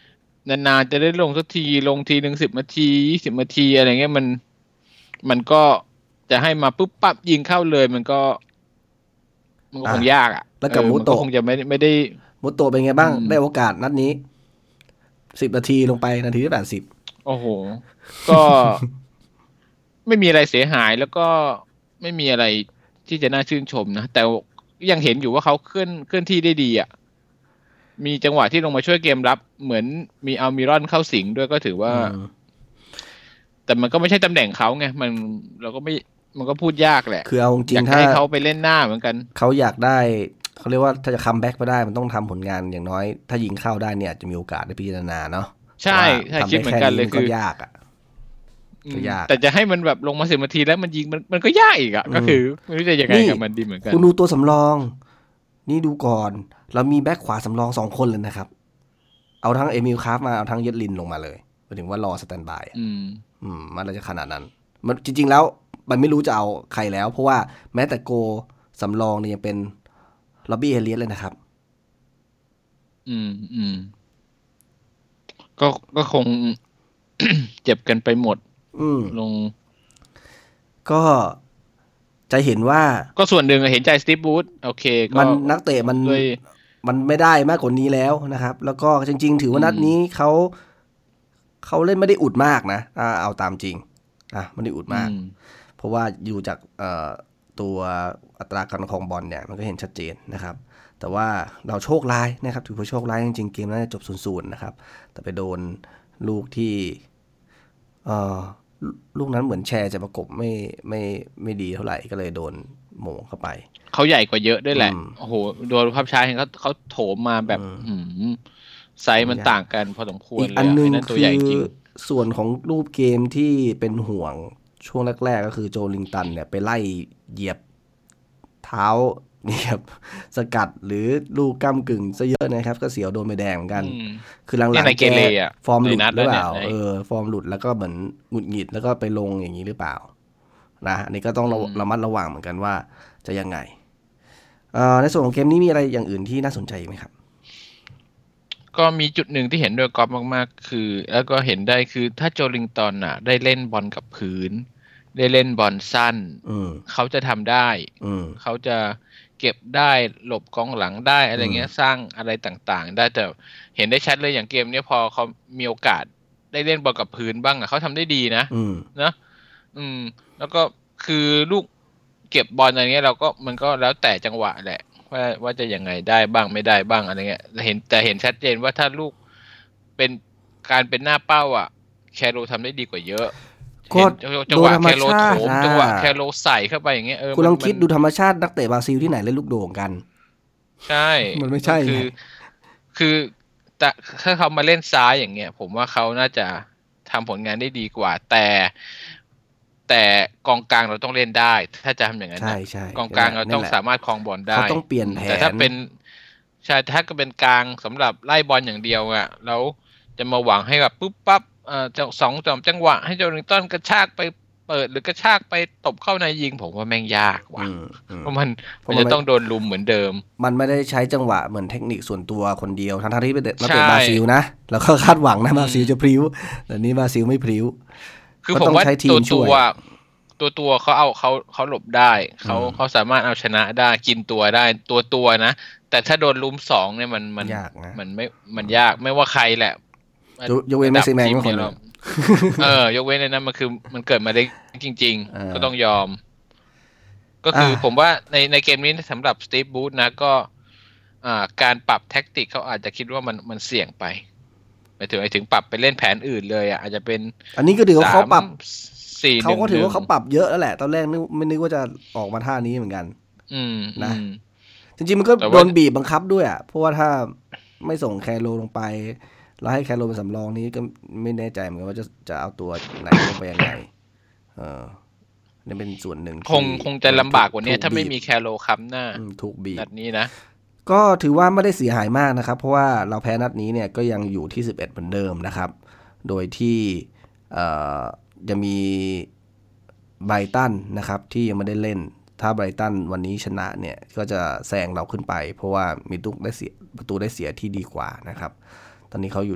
นานๆจะได้ลงสักทีลงทีหนึ่งสิบนาทียี่สิบนาทีอะไรเงี้ยมันมันก็จะให้มาปุ๊บปั๊บยิงเข้าเลยมันก็มันก็คงยากอ่ะแล้วกับมูโตะคงจะไม่ไม่ได้มูโตะเป็นไงบ้างได้โอกาสนัดนี้สิบนาทีลงไปนาทีที่แปดสิบโอ้โหก็ ไม่มีอะไรเสียหายแล้วก็ไม่มีอะไรที่จะน่าชื่นชมนะแต่ยังเห็นอยู่ว่าเขาเคลื่อนเคลื่อนที่ได้ดีอ่ะมีจังหวะที่ลงมาช่วยเกมรับเหมือนมีอัลมิรอนเข้าสิงด้วยก็ถือว่าแต่มันก็ไม่ใช่ตำแหน่งเขาไงมันเราก็ไม่มันก็พูดยากแหละคือเอาจริงถ้าให้เขาไปเล่นหน้าเหมือนกันเขาอยากได้เขาเรียกว่าถ้าจะคัมแบ็กไปได้มันต้องทำผลงานอย่างน้อยถ้ายิงเข้าได้เนี่ยจะมีโอกาสได้พิจารณาเนาะใช่ใช่คิดเหมือนกันเลยคือยากอ่ะก็ยากแต่จะให้มันแบบลงมาสิบนาทีแล้วมันยิงมันมันก็ยากอีกอ่ะก็คือไม่รู้จะยังไงกับมันดีเหมือนกันคุณดูตัวสำรองนี่ดูก่อนเรามีแบ็คขวาสำรองสองคนเลยนะครับเอาทั้งเอมิลคาฟมาเอาทั้งเยดลินลงมาเลยหมายถึงว่ารอสแตนบายอืมอืมมันจะขนาดนั้นมันจริงๆแล้วมันไม่รู้จะเอาใครแล้วเพราะว่าแม้แต่โกสำรองเนี่ยยังเป็นล็อบบี้เฮเลียสเลยนะครับอืมอืมก็ก็คง เจ็บกันไปหมดลงก็จะเห็นว่าก็ส่วนหนึ่งเห็นใจสตีฟบูธโอเคมันนักเตะมันมันไม่ได้มากกว่านี้แล้วนะครับแล้วก็จริงๆถือว่านัดนี้เขาเขาเล่นไม่ได้อุดมากนะเอาตามจริงอ่ะไม่ได้อุดมากเพราะว่าอยู่จากตัวอัตราการครองบอลเนี่ยมันก็เห็นชัดเจนนะครับแต่ว่าเราโชคร้ายนะครับถือว่าโชคร้ายจริงๆเกมน่าจะจบศูนย์นะครับแต่ไปโดนลูกที่เอ่อลูกนั้นเหมือนแชร์จะประกบไม่ไม่ไม่ดีเท่าไหร่ก็เลยโดนโหม่งเข้าไปเขาใหญ่กว่าเยอะด้วยแหละโอ้โหโดนภาพช้าเห็นเขาเขาโถมมาแบบไซส์มันต่างกันพอสมควรเลยอันนึงตัวใหญ่จริงส่วนของรูปเกมที่เป็นห่วงช่วงแรกๆก็คือโจลิงตันเนี่ยไปไล่เหยียบเท้านี่ครับสกัดหรือลูกก้ำกึ่งซะเยอะนะครับก็เสียวโดนใบแดงเหมือนกันคือหลังๆแกฟอร์มหลุดหรือเปล่าเออฟอร์มหลุดแล้วก็เหมือนหงุดหงิดแล้วก็ไปลงอย่างนี้หรือเปล่านะอันนี้ก็ต้องระมัดระวังเหมือนกันว่าจะยังไงในส่วนของเกมนี้มีอะไรอย่างอื่นที่น่าสนใจไหมครับก็มีจุดหนึ่งที่เห็นด้วยกอล์ฟมากๆคือแล้วก็เห็นได้คือถ้าโจลิงตันน่ะได้เล่นบอลกับพื้นได้เล่นบอลสั้นเขาจะทำได้เขาจะเก็บได้หลบกองหลังได้อะไรเงี้ยสร้างอะไรต่างๆได้แต่เห็นได้ชัดเลยอย่างเกมนี้พอเขามีโอกาสได้เล่นบอลกับพื้นบ้างอ่ะเขาทำได้ดีนะนะอืมแล้วก็คือลูกเก็บบอลอะไรเงี้ยเราก็มันก็แล้วแต่จังหวะแหละว่าว่าจะยังไงได้บ้างไม่ได้บ้างอะไรเงี้ยเห็นแต่เห็นชัดเจนว่าถ้าลูกเป็นการเป็นหน้าเป้าอ่ะแคโรทำได้ดีกว่าเยอะก็จังหวะแคโรโถมจังหวะแคโรใส่เข้าไปอย่างเงี้ยเออคุณลองคิดดูธรรมชาตินักเตะบราซิลที่ไหนเล่นลูกโด่งกันใช่มันไม่ใช่คือคือแต่ถ้าเขามาเล่นซ้ายอย่างเงี้ยผมว่าเขาน่าจะทำผลงานได้ดีกว่าแต่แต่กองกลางเราต้องเล่นได้ถ้าจะทำอย่างนั้นนะกองกลางเราต้องสามารถครองบอลได้เขาต้องเปลี่ยนแผนแต่ถ้าเป็นใช่ถ้าก็เป็นกลางสำหรับไล่บอลอย่างเดียวอ่ะแล้วจะมาหวังให้แบบปุ๊บปั๊บเอ่อสองสองจังหวะให้โจลิงตันกระชากไปเปิดหรือกระชากไปตบเข้าในยิงผมว่าแม่งยากว่ะเพราะมันมันจะต้องโดนลุมเหมือนเดิมมันไม่ได้ใช้จังหวะเหมือนเทคนิคส่วนตัวคนเดียวทั้งที่เป็นนักเตะบราซิลนะแล้วก็คาดหวังนะบราซิลจะพริ้วแต่นี้บราซิลไม่พริ้วคือผมว่าตัวตัวตัวตัวเขาเอาเขาเขาหลบได้เขาเขาสามารถเอาชนะได้กินตัวได้ตัวตัวนะแต่ถ้าโดนลุมสองเนี่ยมันมันยากนะมันไม่มันยากไม่ว่าใครแหละยกเว้นเมสซี่แมนก็คนนึงเออยกเว้นในนั้นมันคือมันเกิดมาได้จริงๆก็ต้องยอมก็คือผมว่าในในเกมนี้สำหรับสตีฟบูธนะก็การปรับแท็กติกเขาอาจจะคิดว่ามันมันเสี่ยงไปไปถึงไปถึงปรับไปเล่นแผนอื่นเลยอ่ะอาจจะเป็นอันนี้ก็ถือว่าเขาปรับเขาก็ถือว่าเขาปรับเยอะแล้วแหละตอนแรกนึกไม่นึกว่าจะออกมาท่านี้เหมือนกันนะจริงๆมันก็โดนบีบบังคับด้วยอ่ะเพราะว่าถ้าไม่ส่งแคโรลงไปแล้วให้แคโรเป็นสำรองนี้ก็ไม่แน่ใจเหมือนกันว่าจะจะเอาตัวไหนลงไปยังไงเออนี่เป็นส่วนหนึ่งคงคงจะลำบากกว่านี้ถ้าไม่มีแคโรค้ำหน้าถูกบีบนัดนี้นะก็ถือว่าไม่ได้เสียหายมากนะครับเพราะว่าเราแพ้นัดนี้เนี่ยก็ยังอยู่ที่สิบเอ็ดเหมือนเดิมนะครับโดยที่เอ่อจะมีไบรตันนะครับที่ยังไม่ได้เล่นถ้าไบรตันวันนี้ชนะเนี่ยก็จะแซงเราขึ้นไปเพราะว่ามีตุกได้เสียประตูได้เสียที่ดีกว่านะครับตอนนี้เขาอยู่ที่ลบ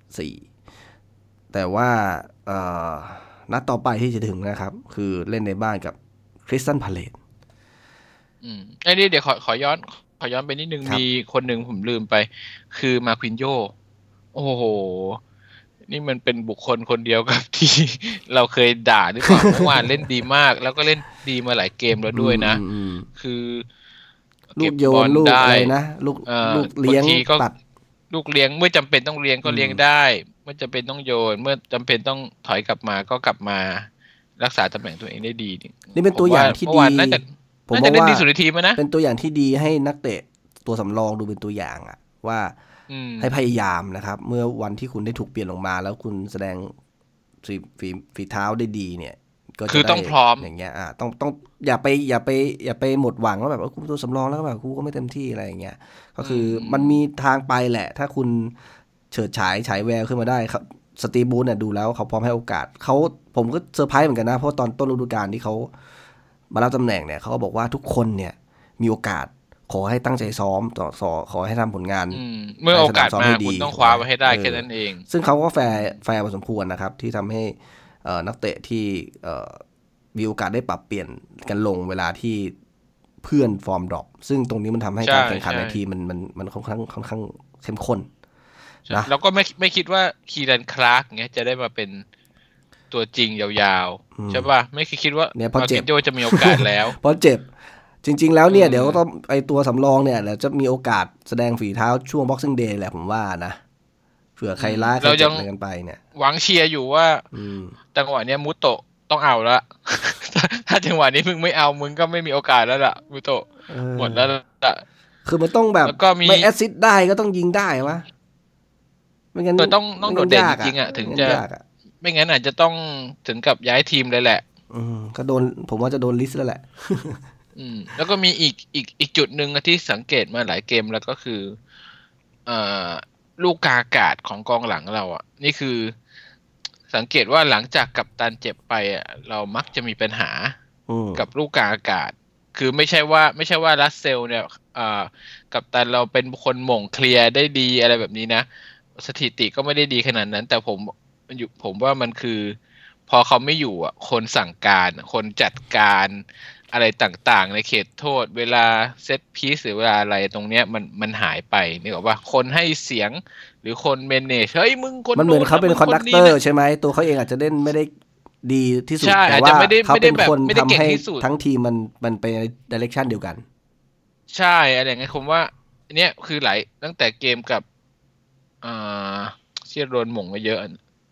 สี่แต่ว่าเอ่อนัดต่อไปที่จะถึงนะครับคือเล่นในบ้านกับคริสตัลพาเลซอืมไอ้นี่เดี๋ยวขอขอย้อนขอย้อนไปนิดนึงมีคนหนึ่งผมลืมไปคือมาควินโญโอ้โหนี่มันเป็นบุคคลคนเดียวกับที่เราเคยด่าหรือเปล่า เมื่อวานเล่นดีมากแล้วก็เล่นดีมาหลายเกมแล้วด้วยนะคือลูกโยนลูกอะไรนะลูกลูกเลี้ยงตัดลูกเลี้ยงเมื่อจำเป็นต้องเลี้ยงก็เลี้ยงได้เมื่อจำเป็นต้องโยนเมื่อจำเป็นต้องถอยกลับมาก็กลับมารักษาตำแหน่งตัวเองได้ดีนี่เป็นตัวอย่างที่ดีผมว่าน่าจะเล่นดีสุดในทีมนะเป็นตัวอย่างที่ดีให้นักเตะตัวสำรองดูเป็นตัวอย่างอะว่าให้พยายามนะครับเมื่อวันที่คุณได้ถูกเปลี่ยนลงมาแล้วคุณแสดงฝีฝีฝีเท้าได้ดีเนี่ยก็คือต้องพร้อมอย่างเงี้ยอ่ะต้องต้องอย่าไปอย่าไปอย่าไปหมดหวังว่าแบบว่ากูตัวสำรองแล้วก็แบบกูก็ไม่เต็มที่อะไรอย่างเงี้ยก็คือมันมีทางไปแหละถ้าคุณเฉิดฉายฉายแววขึ้นมาได้ครับสตีบูธเนี่ยดูแล้วเขาพร้อมให้โอกาสเขาผมก็เซอร์ไพรส์เหมือนกันนะเพราะตอนต้นฤดูกาลที่เขามารับตำแหน่งเนี่ยเขาก็บอกว่าทุกคนเนี่ยมีโอกาสขอให้ตั้งใจซ้อมต่อสอขอให้ทำผลงานเมื่อโอกาสมาคุณต้องคว้าไว้ให้ได้แค่นั้นเองซึ่งเขาก็แฟร์แฟร์พอสมควรนะครับที่ทำให้นักเตะที่มีโอกาสได้ปรับเปลี่ยนกันลงเวลาที่เพื่อนฟอร์มดรอปซึ่งตรงนี้มันทำให้การแข่งขันในทีมมันมันมันค่อนข้างค่อนข้างเข้มข้นนะแล้วก็ไม่ไม่คิดว่าคีรันคลาร์กเงี้ยจะได้มาเป็นตัวจริงยาวๆใช่ป่ะไม่คิดว่ามาคินโจจะมีโอกาสแล้วเพราะเจ็บจริงๆแล้วเนี่ยเดี๋ยวต้องไอตัวสำรองเนี่ยเดี๋ยวจะมีโอกาสแสดงฝีเท้าช่วง Boxing Day แหละผมว่านะเผื่อใครล้าใครเจ็บกันไปเนี่ยหวังเชียร์อยู่ว่าจังหวะนี้มุโตะต้องเอาละถ้าจังหวะนี้มึงไม่เอามึงก็ไม่มีโอกาสแล้วล่ะมุโตะหมดแล้วล่ะคือมันต้องแบบไม่แอสซิสต์ได้ก็ต้องยิงได้วะไม่งั้นต้องต้องโดดเด่นจริงๆอ่ะถึงจะไม่งั้นอาจจะต้องถึงกับย้ายทีมเลยแหละอืมก็โดนผมว่าจะโดนลิสต์แล้วแหละอืมแล้วก็มีอีกอีกอีกจุดหนึ่งที่สังเกตมาหลายเกมแล้วก็คือเอ่อลูกกาอากาศของกองหลังเราอ่ะนี่คือสังเกตว่าหลังจากกัปตันเจ็บไปอ่ะเรามักจะมีปัญหากับลูกกาอากาศคือไม่ใช่ว่าไม่ใช่ว่ารัสเซลเนี่ยอ่ากัปตันเราเป็นคนหม่งเคลียร์ได้ดีอะไรแบบนี้นะสถิติก็ไม่ได้ดีขนาดนั้นแต่ผมอยู่ผมว่ามันคือพอเขาไม่อยู่อ่ะคนสั่งการคนจัดการอะไรต่างๆในเขตโทษเวลาเซตพีซหรือเวลาอะไรตรงเนี้ยมันมันหายไปนี่บอกว่าคนให้เสียงหรือคนเมเนจเฮ้ยมึงคนมันเหมือนเขาเป็นคอนดักเตอร์ใช่ไหมตัวเขาเองอาจจะเล่นไม่ได้ดีที่สุดแต่ว่าเขาเป็นคนทำให้ทั้งทีมมันมันไปในดิเรกชันเดียวกันใช่อะไรอย่างเงี้ยผมว่าเนี้ยคือหลายตั้งแต่เกมกับอ่าเชียร์โดนหม่งมาเยอะ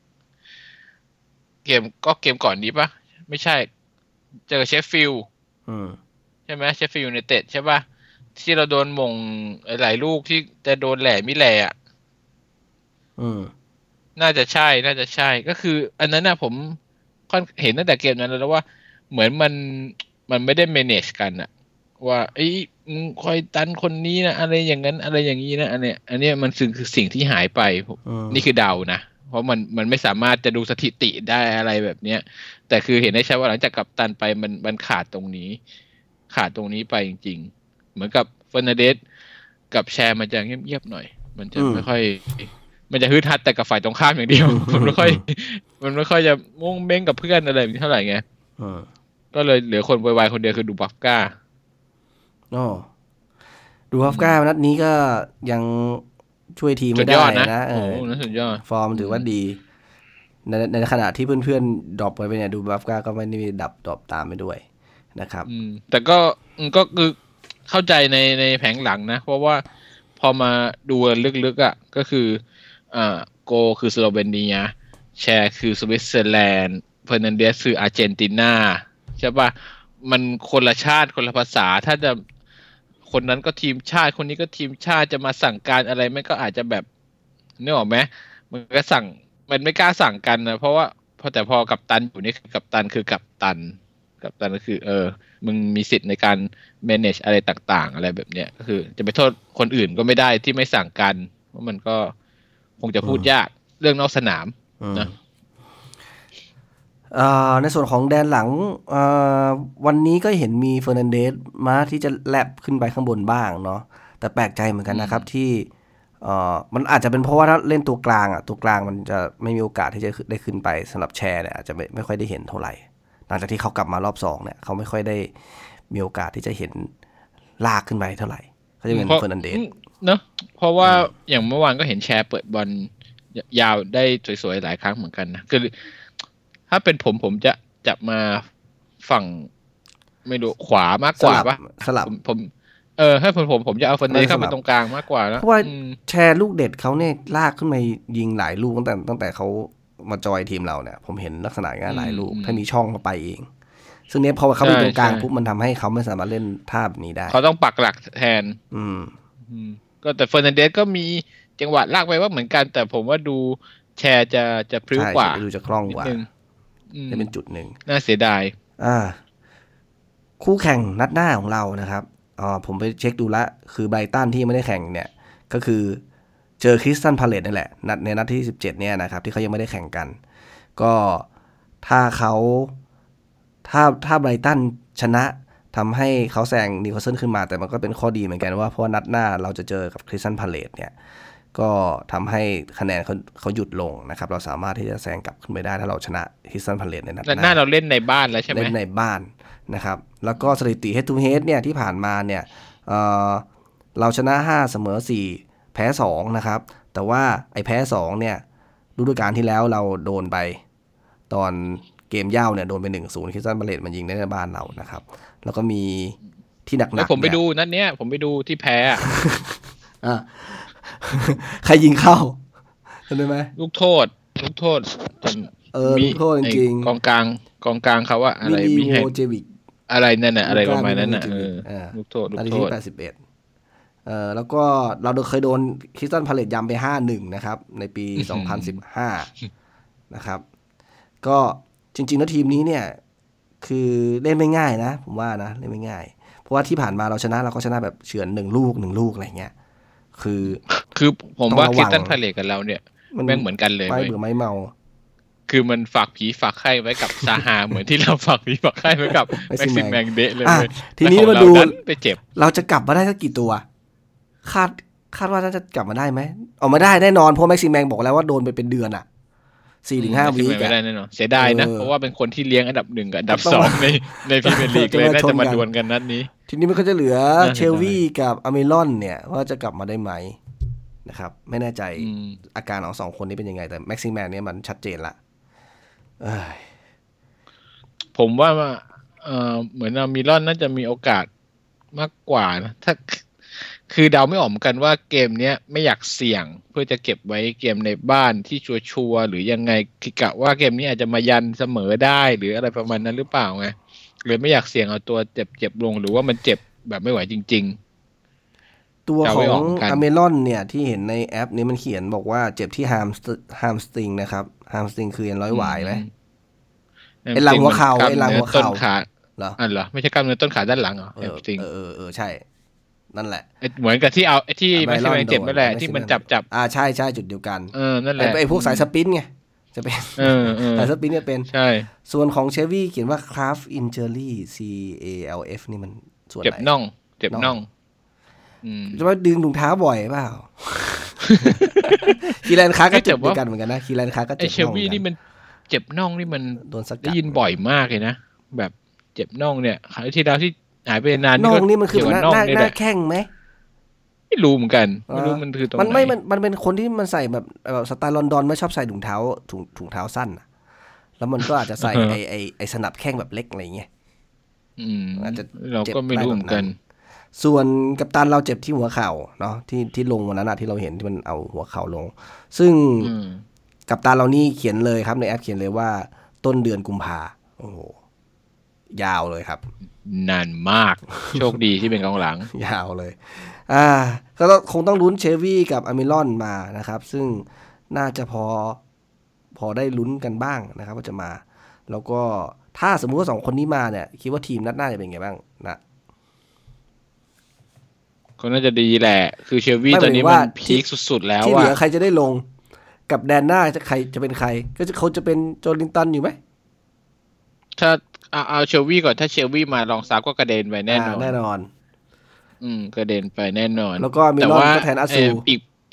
เกมก็เกมก่อนนี้ปะไม่ใช่เจอเชฟฟิลด์ใช่ไหมเชฟฟิลด์ยูไนเต็ดใช่ปะที่เราโดนหม่งหลายลูกที่จะโดนแหล่มิแหล่อ่ะน่าจะใช่น่าจะใช่ก็คืออันนั้นน่ะผมค่อนเห็นตั้งแต่เกมนั้นแล้วว่าเหมือนมันมันไม่ได้ manage กันอะว่าไอ้มึงคอยตันคนนี้นะอะไรอย่างนั้นอะไรอย่างนี้นะอันเนี้ยอันเนี้ยมันคือสิ่งที่หายไปนี่คือเดานะเพราะมันมันไม่สามารถจะดูสถิติได้อะไรแบบเนี้ยแต่คือเห็นได้ชัดว่าหลังจากกัปตันไปมันมันขาดตรงนี้ขาดตรงนี้ไปจริงๆเหมือนกับเฟอร์นันเดสกับแชร์มันจะเงียบๆหน่อยมันจะไม่ค่อยมันจะฮึดฮัดแต่กับฝ่ายตรงข้ามอย่างเดียวมันไม่ค่อยมันไม่ค่อยจะมุ่งเม้งกับเพื่อนอะไรแบบนี้เท่าไหร่ไงก็เลยเหลือคนวายๆคนเดียวคือดูบัฟก้าอ๋อดูบัฟก้านัดนี้ก็ยังช่วยทีมไม่ได้นะเออสุดยอดฟอร์มถือว่าดีในในขณะที่เพื่อนๆดรอปไปเนี่ยดูบัฟก้าก็ไม่ได้ดับดรอปตามไปด้วยนะครับแต่ก็ก็คือเข้าใจในในแผงหลังนะเพราะว่าพอมาดูลึกๆอ่ะก็คืออ่าโกคือสโลเวเนียแชร์คือสวิตเซอร์แลนด์เฟอร์นันเดสคืออาร์เจนตินาใช่ป่ะมันคนละชาติคนละภาษาถ้าจะคนนั้นก็ทีมชาติคนนี้ก็ทีมชาติจะมาสั่งการอะไรมันก็อาจจะแบบนึกออกไหมมันก็สั่งมันไม่กล้าสั่งกันนะเพราะว่าพอแต่พอกัปตันอยู่นี่คือกัปตันคือกัปตันกัปตันก็คือเออมึงมีสิทธิ์ในการ manage อะไรต่างๆอะไรแบบเนี้ยก็คือจะไปโทษคนอื่นก็ไม่ได้ที่ไม่สั่งกันเพราะมันก็คงจะพูดยากเรื่องนอกสนามนะในส่วนของแดนหลังวันนี้ก็เห็นมีเฟอร์นันเดสมาที่จะแลบขึ้นไปข้างบนบ้างเนาะแต่แปลกใจเหมือนกันนะครับที่เอ่อมันอาจจะเป็นเพราะว่าถ้าเล่นตัวกลางอ่ะตัวกลางมันจะไม่มีโอกาสที่จะได้ขึ้นไปสำหรับแชร์เนี่ยอาจจะไม่ไม่ค่อยได้เห็นเท่าไหร่หลังจากที่เขากลับมารอบสองเนี่ยเขาไม่ค่อยได้มีโอกาสที่จะเห็นลากขึ้นไปเท่าไหร่เขาจะเป็นเฟอร์นันเดสเนอะเพราะว่าอย่างเมื่อวานก็เห็นแชร์เปิดบอลยาวได้สวยๆหลายครั้งเหมือนกันนะคือถ้าเป็นผมผมจะจับมาฝั่งไม่รู้ขวามากกว่าป่ะสลับผมเออให้ผมผมผมจะเอาเฟอร์นันเดสเข้ามาตรงกลางมากกว่านะเพราะว่าแชร์ลูกเด็ดเขาเนี่ยลากขึ้นมายิงหลายลูกตั้งแต่ตั้งแต่เขามาจอยทีมเราเนี่ยผมเห็นลักษณะงานหลายลูกถ้ามีช่องเขาไปเองซึ่งเนี้ยพอเขาอยู่ตรงกลางปุ๊บมันทำให้เขาไม่สามารถเล่นท่าแบบนี้ได้เขาต้องปักหลักแทนอืมก็แต่เฟอร์นันเดสก็มีจังหวะลากไปว่าเหมือนกันแต่ผมว่าดูแชร์จะจะพริ้วกว่าดูจะคล่องกว่าจะเป็นจุดหนึ่งน่าเสียดายอ่าคู่แข่งนัดหน้าของเรานะครับอ๋อผมไปเช็คดูละคือไบรตันที่ไม่ได้แข่งเนี่ยก็คือเจอคริสตัลพาเลซนี่แหละนัดในนัดที่สิบเจ็ดเนี่ยนะครับที่เขายังไม่ได้แข่งกันก็ถ้าเขาถ้าถ้าไบรตันชนะทำให้เขาแซงนิวคาสเซิลขึ้นมาแต่มันก็เป็นข้อดีเหมือนกันว่าเพราะว่านัดหน้าเราจะเจอกับคริสตัลพาเลซเนี่ยก็ทำให้คะแนนเขาเขาหยุดลงนะครับเราสามารถที่จะแซงกลับขึ้นไปได้ถ้าเราชนะคริสตัลพาเลซในนัดหน้าหน้าเราเล่นในบ้านแล้วใช่ไหมเล่นในบ้านนะครับแล้วก็สถิติ head to head เนี่ยที่ผ่านมาเนี่ยเอ่อเราชนะห้าเสมอสี่แพ้สองนะครับแต่ว่าไอ้แพ้สองเนี่ยฤดูกาลที่แล้วเราโดนไปตอนเกมเย่าเนี่ยโดนไป หนึ่งศูนย์ คริสตัลพาเลซมันยิงได้ในบ้านเรานะครับแล้วก็มีที่หนักๆแล้วผมไปดูนัดเนี้ยผมไปดูที่แพ้อ่ะใครยิงเข้าเห็นไหมลูกโทษลูกโทษเออลูกโทษจริงกองกลางกองกลางเขาว่าอะไรมีให้อะไรนั่นน่ะอะไรประมาณนั้นน่ะเออลูกโทษลูกโทษแปดสิบเอ็ดเอ่อแล้วก็เราเคยโดนคริสตัลพาเลซยำไป ห้าหนึ่ง นะครับในปีสองพันสิบห้านะครับก็จริงๆแล้วทีมนี้เนี่ยคือเล่นไม่ง่ายนะผมว่านะเล่นไม่ง่ายเพราะว่าที่ผ่านมาเราชนะเราก็ชนะแบบเฉือนหนึ่งลูกหนึ่งลูกอะไรเงี้ยคือคือผมว่าคริสตัลพาเลซกับเราเนี่ยแม่งเหมือนกันเลยไม่เบื่อไม่เมาคือมันฝากผีฝากไข้ไว้กับซาฮาเหมือนที่เราฝากผีฝากไข้ไว้กับแม็กซิมแมงเดะเลยทีนี้มาดูไปเจ็บเราจะกลับมาได้สักกี่ตัวคาดคาดว่าน่าจะกลับมาได้ไหมออกมาได้แน่นอนเพราะแม็กซิมแมงบอกแล้วว่าโดนไปเป็นเดือนอ่ะ สี่ถึงห้า วีคไม่ได้แน่นอนเสียดายนะเพราะว่าเป็นคนที่เลี้ยงอันดับหนึ่งกับอันดับสองในในพรีเมียร์ลีกเลยน่าจะมาดวลกันนัดนี้ทีนี้มันก็จะเหลือเชลวี่กับอเมรอนเนี่ยว่าจะกลับมาได้ไหมนะครับไม่แน่ใจอาการของสองคนนี้เป็นยังไงแต่แม็กซิมแมนเนี่ยมันชัดเจนละผมว่าเอ่อเหมือนอเมรอนน่าจะมีโอกาสมากกว่านะถ้าคือเดาไม่ออกเหมือนกันว่าเกมเนี้ยไม่อยากเสี่ยงเพื่อจะเก็บไว้เกมในบ้านที่ชัวร์ๆหรือยังไงคิดกะว่าเกมนี้อาจจะมายันเสมอได้หรืออะไรประมาณนั้นหรือเปล่าไงเลยไม่อยากเสี่ยงเอาตัวเจ็บๆลงหรือว่ามันเจ็บแบบไม่ไหวจริงๆตัวของอเมรอนเนี่ยที่เห็นในแอปนี้มันเขียนบอกว่าเจ็บที่ฮามฮามสตริงนะครับฮามสตริงคือเอ็นร้อยหวายไหมเอ็นหลังหัวเข่าเอ็นหลังหัวเข่าเหรออ่ะเหรอไม่ใช่กล้ามเนื้อต้นขาด้านหลังเหรอเออเออเออใช่นั่นแหละเหมือนกับที่เอาที่ไม่ใช่แมงเจ็บนั่นแหละที่มันจับจับอ่าใช่ใช่จุดเดียวกันเออนั่นแหละไอ้พวกสายสปินไงจะเป็นสายสปินเนี่ยเป็นใช่ส่วนของเชฟวี่เขียนว่า calf injury C A L F นี่มันส่วนไหนเจ็บน่องเจ็บน่องจะว่าดึงถุงเท้าบ่อยเปล่าคีแลนค้าก็เจ็บเหมือนกันเหมือนกันนะคีแลนค้าก็เจ็บน่องไอเชฟวี่นี่มันเจ็บน่องนี่มันได้ยินบ่อยมากเลยนะแบบเจ็บน่องเนี่ยคราวที่แล้วที่หายไปนานน่องนี่มันคือหน้าหน้าแข้งไหมไม่รู้เหมือนกันไม่รู้มันคือตรงไหนมันไม่มันมันเป็นคนที่มันใส่แบบแบบสไตล์ลอนดอนไม่ชอบใส่ถุงเท้าถุงถุงเท้าสั้นอ่ะแล้วมันก็อาจจะใส่ไอไอไอสนับแข้งแบบเล็กอะไรเงี้ยอืมอาจจะเราก็ไม่รู้เหมือนกันส่วนกัปตันเราเจ็บที่หัวเข่าเนาะที่ที่ลงวันนั้นอะที่เราเห็นที่มันเอาหัวเข่าลงซึ่งกัปตันเรานี่เขียนเลยครับในแอปเขียนเลยว่าต้นเดือนกุมภาโอ้โหยาวเลยครับนานมากโชคดีที่เป็นกองหลังยาวเลยอ่าก็คงต้องลุ้นเชฟวี่กับอเมรอนมานะครับซึ่งน่าจะพอพอได้ลุ้นกันบ้างนะครับว่าจะมาแล้วก็ถ้าสมมุติว่าสองคนนี้มาเนี่ยคิดว่าทีมนัดหน้าจะเป็นไงบ้างนะก็น่าจะดีแหละคือเชฟวี่ตอนนี้มันพีคสุดๆแล้วที่เหลือใครจะได้ลงกับแดนหน้าจะใครจะเป็นใครก็จะเขาจะเป็นโจลินตันอยู่ไหมถ้าเอาเอาเชลวี่ก่อนถ้าเชลวี่มาลองซับก็กระเด็นไปแน่นอนแน่นอนอืมกระเด็นไปแน่นอนแล้วก็มีรอนก็แทนอาซูอีก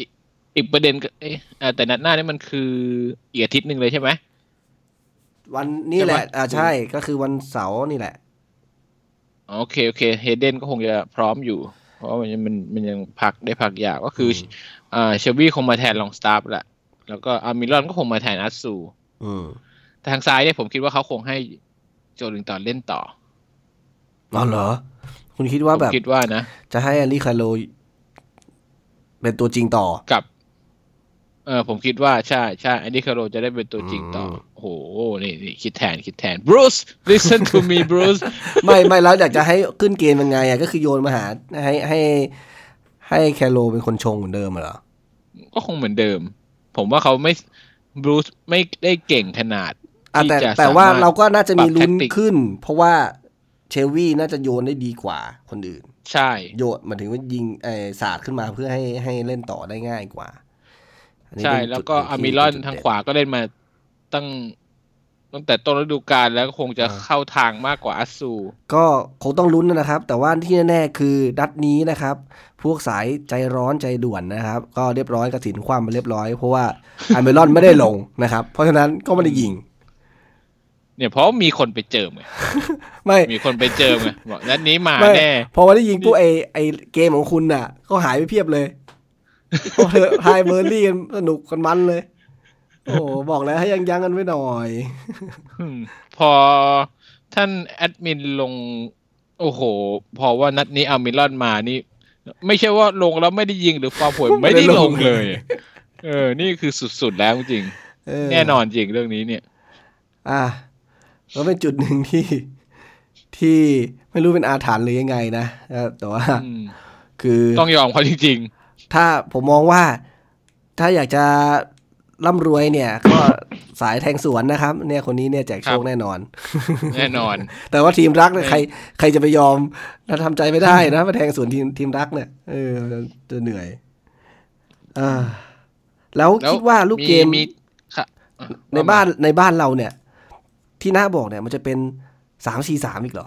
อีกประเด็นก็เอ๊ะแต่นัดหน้านี่มันคืออีกอาทิตย์นึงเลยใช่ไหมวันนี้แหละอ่าใช่ก็คือวันเสาร์นี่แหละโอเคโอเคเฮเดนก็คงจะพร้อมอยู่เพราะมันมันมันยังพักได้พักยาวก็คืออ่าเชลบี้คงมาแทนลองสตาร์ฟแหละแล้วก็อามิรอนก็คงมาแทนอัสซูอืมแต่ทางซ้ายเนี่ยผมคิดว่าเขาคงให้โจลิงตันเล่นต่ออ๋อเหรอคุณคิดว่าแบบคิดว่านะจะให้อาลีคาโลเป็นตัวจริงต่อกับเออผมคิดว่าใช่ใช่อันนี้คาโรจะได้เป็นตัวจริงต่อโอ้โหนี่นี่คิดแทนคิดแทน Bruce listen to me Bruce ไม่ไม่แล้วอยากจะให้ขึ้นเกมยังไงอ่ะก็คือโยนมาหาให้ให้ให้แคโรเป็นคนชงเหมือนเดิมเหรอก็คงเหมือนเดิมผมว่าเขาไม่บรูซไม่ได้เก่งขนาดที่จะแต่ว่าเราก็น่าจะมีลุ้นขึ้นเพราะว่าเชลวี่น่าจะโยนได้ดีกว่าคนอื่นใช่โยนหมายถึงว่ายิงไอ้ศาสตร์ขึ้นมาเพื่อให้ให้เล่นต่อได้ง่ายกว่าใช่แล้วก็อามิรอนทางขวาก็เล่นมาตั้งตั้งแต่ต้นฤดูกาลแล้วก็คงจะเข้าทางมากกว่าอัสซูก็คงต้องลุ้นนะครับแต่ว่าที่แน่ๆคือนัดนี้นะครับพวกสายใจร้อนใจด่วนนะครับก็เรียบร้อยกระสินความมาเรียบร้อยเพราะว่าอามิรอนไม่ได้ลงนะครับเพราะฉะนั้นก็ไม่ได้ยิงเนี่ยเพราะมีคนไปเจิมไงไม่มีคนไปเจิมไงบอกนัดนี้มาแน่พอวันได้ยิงปุ๊บไอไอเกมของคุณน่ะก็หายไปเพียบเลยพอเธอไฮเบอร์รี่กันสนุกกันมันเลยโอ้บอกแล้วให้ยังยั้งกันไว้หน่อยพอท่านแอดมินลงโอ้โหพอว่านัดนี้อามิรอนมานี่ไม่ใช่ว่าลงแล้วไม่ได้ยิงหรือฟาวผลไม่ได้ลงเลยเออนี่คือสุดๆแล้วจริงแน่นอนจริงเรื่องนี้เนี่ยอ่ะก็เป็นจุดหนึ่งที่ที่ไม่รู้เป็นอาถรรพ์หรือยังไงนะแต่ว่าคือต้องยอมเขาจริงๆถ้าผมมองว่าถ้าอยากจะร่ำรวยเนี่ยก็สายแทงสวนนะครับเนี่ยคนนี้เนี่ยแจกโชคแน่นอนแน่นอนแต่ว่าทีมรักเนี่ยใครใครจะไปยอมถ้าทำใจไม่ได้นะมาแทงสวนทีมทีมรักเนี่ยเออจะเหนื่อยอ่าแล้วคิดว่าลูกเกมในบ้านในบ้านเราเนี่ยที่น้าบอกเนี่ยมันจะเป็นสาม สี่ สามอีกเหรอ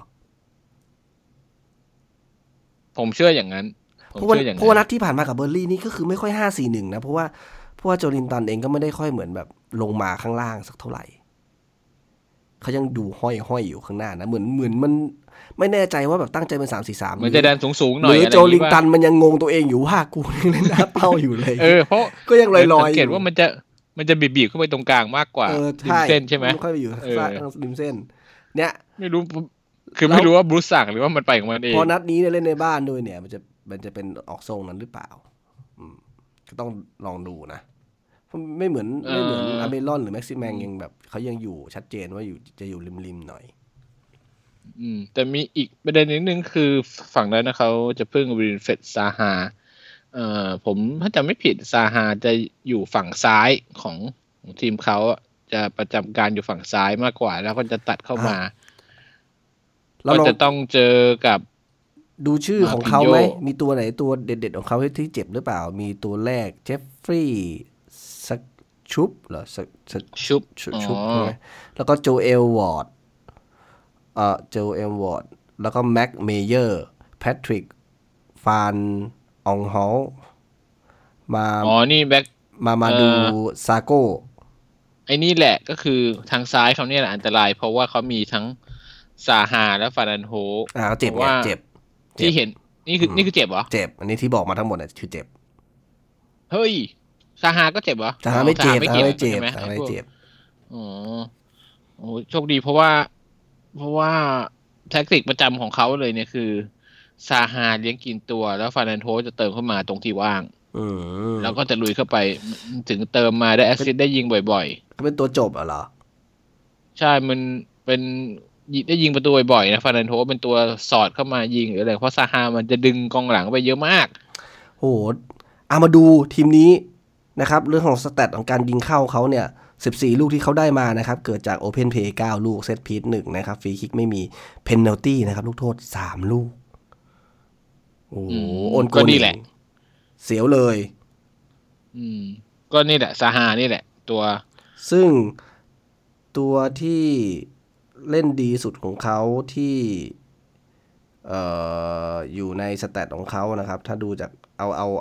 ผมเชื่ออย่างนั้นเพราะว่าเพราะว่านัดที่ผ่านมากับเบอร์ลี่นี่ก็คือไม่ค่อย ห้า สี่ หนึ่ง นะเพราะว่าเพราะว่าโจลินตันเองก็ไม่ได้ค่อยเหมือนแบบลงมาข้างล่างสักเท่าไหร่เขายังดูห้อยๆอยู่ข้างหน้านะเหมือนเหมือนมันไม่แน่ใจว่าแบบตั้งใจเป็นสาม สี่ สามเหมือนจะดันสูงๆหน่อยหรือโจลินตันมันยังงงตัวเองอยู่ว่ากูเล่นหน้าเป้าอยู่เลยเออเพราะก็ยังลอยๆอยู่สังเกตว่ามันจะมันจะบีบๆเข้าไปตรงกลางมากกว่าริมเส้นใช่ไหมไม่ค่อยไปอยู่ริมเส้นเนี่ยไม่รู้คือไม่รู้ว่าบรูซสั่งหรือว่ามันไปของมันเองพอนัดนี้เล่นในบ้านด้วยเนี่ยมันจะมันจะเป็นออกทรงนั้นหรือเปล่าก็ต้องลองดูนะไม่เหมือนไม่เหมือนอาเมรอนหรือแม็กซิแมงยังแบบเขายังอยู่ชัดเจนว่าอยู่จะอยู่ริมๆหน่อยอืมแต่มีอีกประเด็นนึงคือฝั่งนั้นนะเขาจะพึ่งวินเฟดซาฮาเอ่อผมถ้าจำไม่ผิดซาฮาจะอยู่ฝั่งซ้ายของของทีมเขาจะประจำการอยู่ฝั่งซ้ายมากกว่าแล้วก็จะตัดเข้ามาก็จะต้องเจอกับดูชื่อของเขาไหมมีตัวไหนตัวเด็ดๆของเขาที่เจ็บหรือเปล่ามีตัวแรกเจฟฟรีย์สักชุบเหรอสักชุบชุบใช่ไหมแล้วก็โจเอลวอร์ดเอ่อโจเอลวอร์ดแล้วก็แม็กเมเยอร์แพทริกฟานองฮอลมาอ๋อนี่แบ็คมามาดูซาโก้ไอ้นี่แหละก็คือทางซ้ายเขาเนี่ยแหละอันตรายเพราะว่าเขามีทั้งซาฮาและฟารันโฮอ่าเจ็บเจ็บที่เห็นนี่คือนี่คือเจ็บเหรอเจ็บอันนี้ที่บอกมาทั้งหมดเนี่ยคือเจ็บเฮ้ยซาฮาก็เจ็บเหรอซาฮาไม่เจ็บซาฮาไม่เจ็บซาฮาไม่เจ็บอ๋อโอ้โชคดีเพราะว่าเพราะว่าแท็กติกประจำของเขาเลยเนี่ยคือซาฮาเลี้ยงกินตัวแล้วฟารันโฮจะเติมเข้ามาตรงที่ว่างแล้วก็จะลุยเข้าไปถึงเติมมาได้แอสซิสต์ได้ยิงบ่อยๆก็เป็นตัวจบเหรอใช่มันเป็นได้ยิงประตูบ่อยๆนะฟารันโฮเป็นตัวสอดเข้ามายิงหรืออะไรเพราะซาฮามันจะดึงกองหลังไปเยอะมากโหเอามาดูทีมนี้นะครับเรื่องของสแตทของการยิงเข้าเขาเนี่ยสิบสี่ลูกที่เขาได้มานะครับเกิดจากโอเพ่นเพย์เก้าลูกเซตพีซหนึ่งนะครับฟรีคิกไม่มีเพนนัลตี้นะครับลูกโทษสามลูกโอ้โหโอนโกนี่แหละเสียวเลยอืมก็นี่แหละซาฮานี่แหละตัวซึ่งตัวที่เล่นดีสุดของเขาที่เอ่ออยู่ในสแตทของเขานะครับถ้าดูจากเอาเอาเอา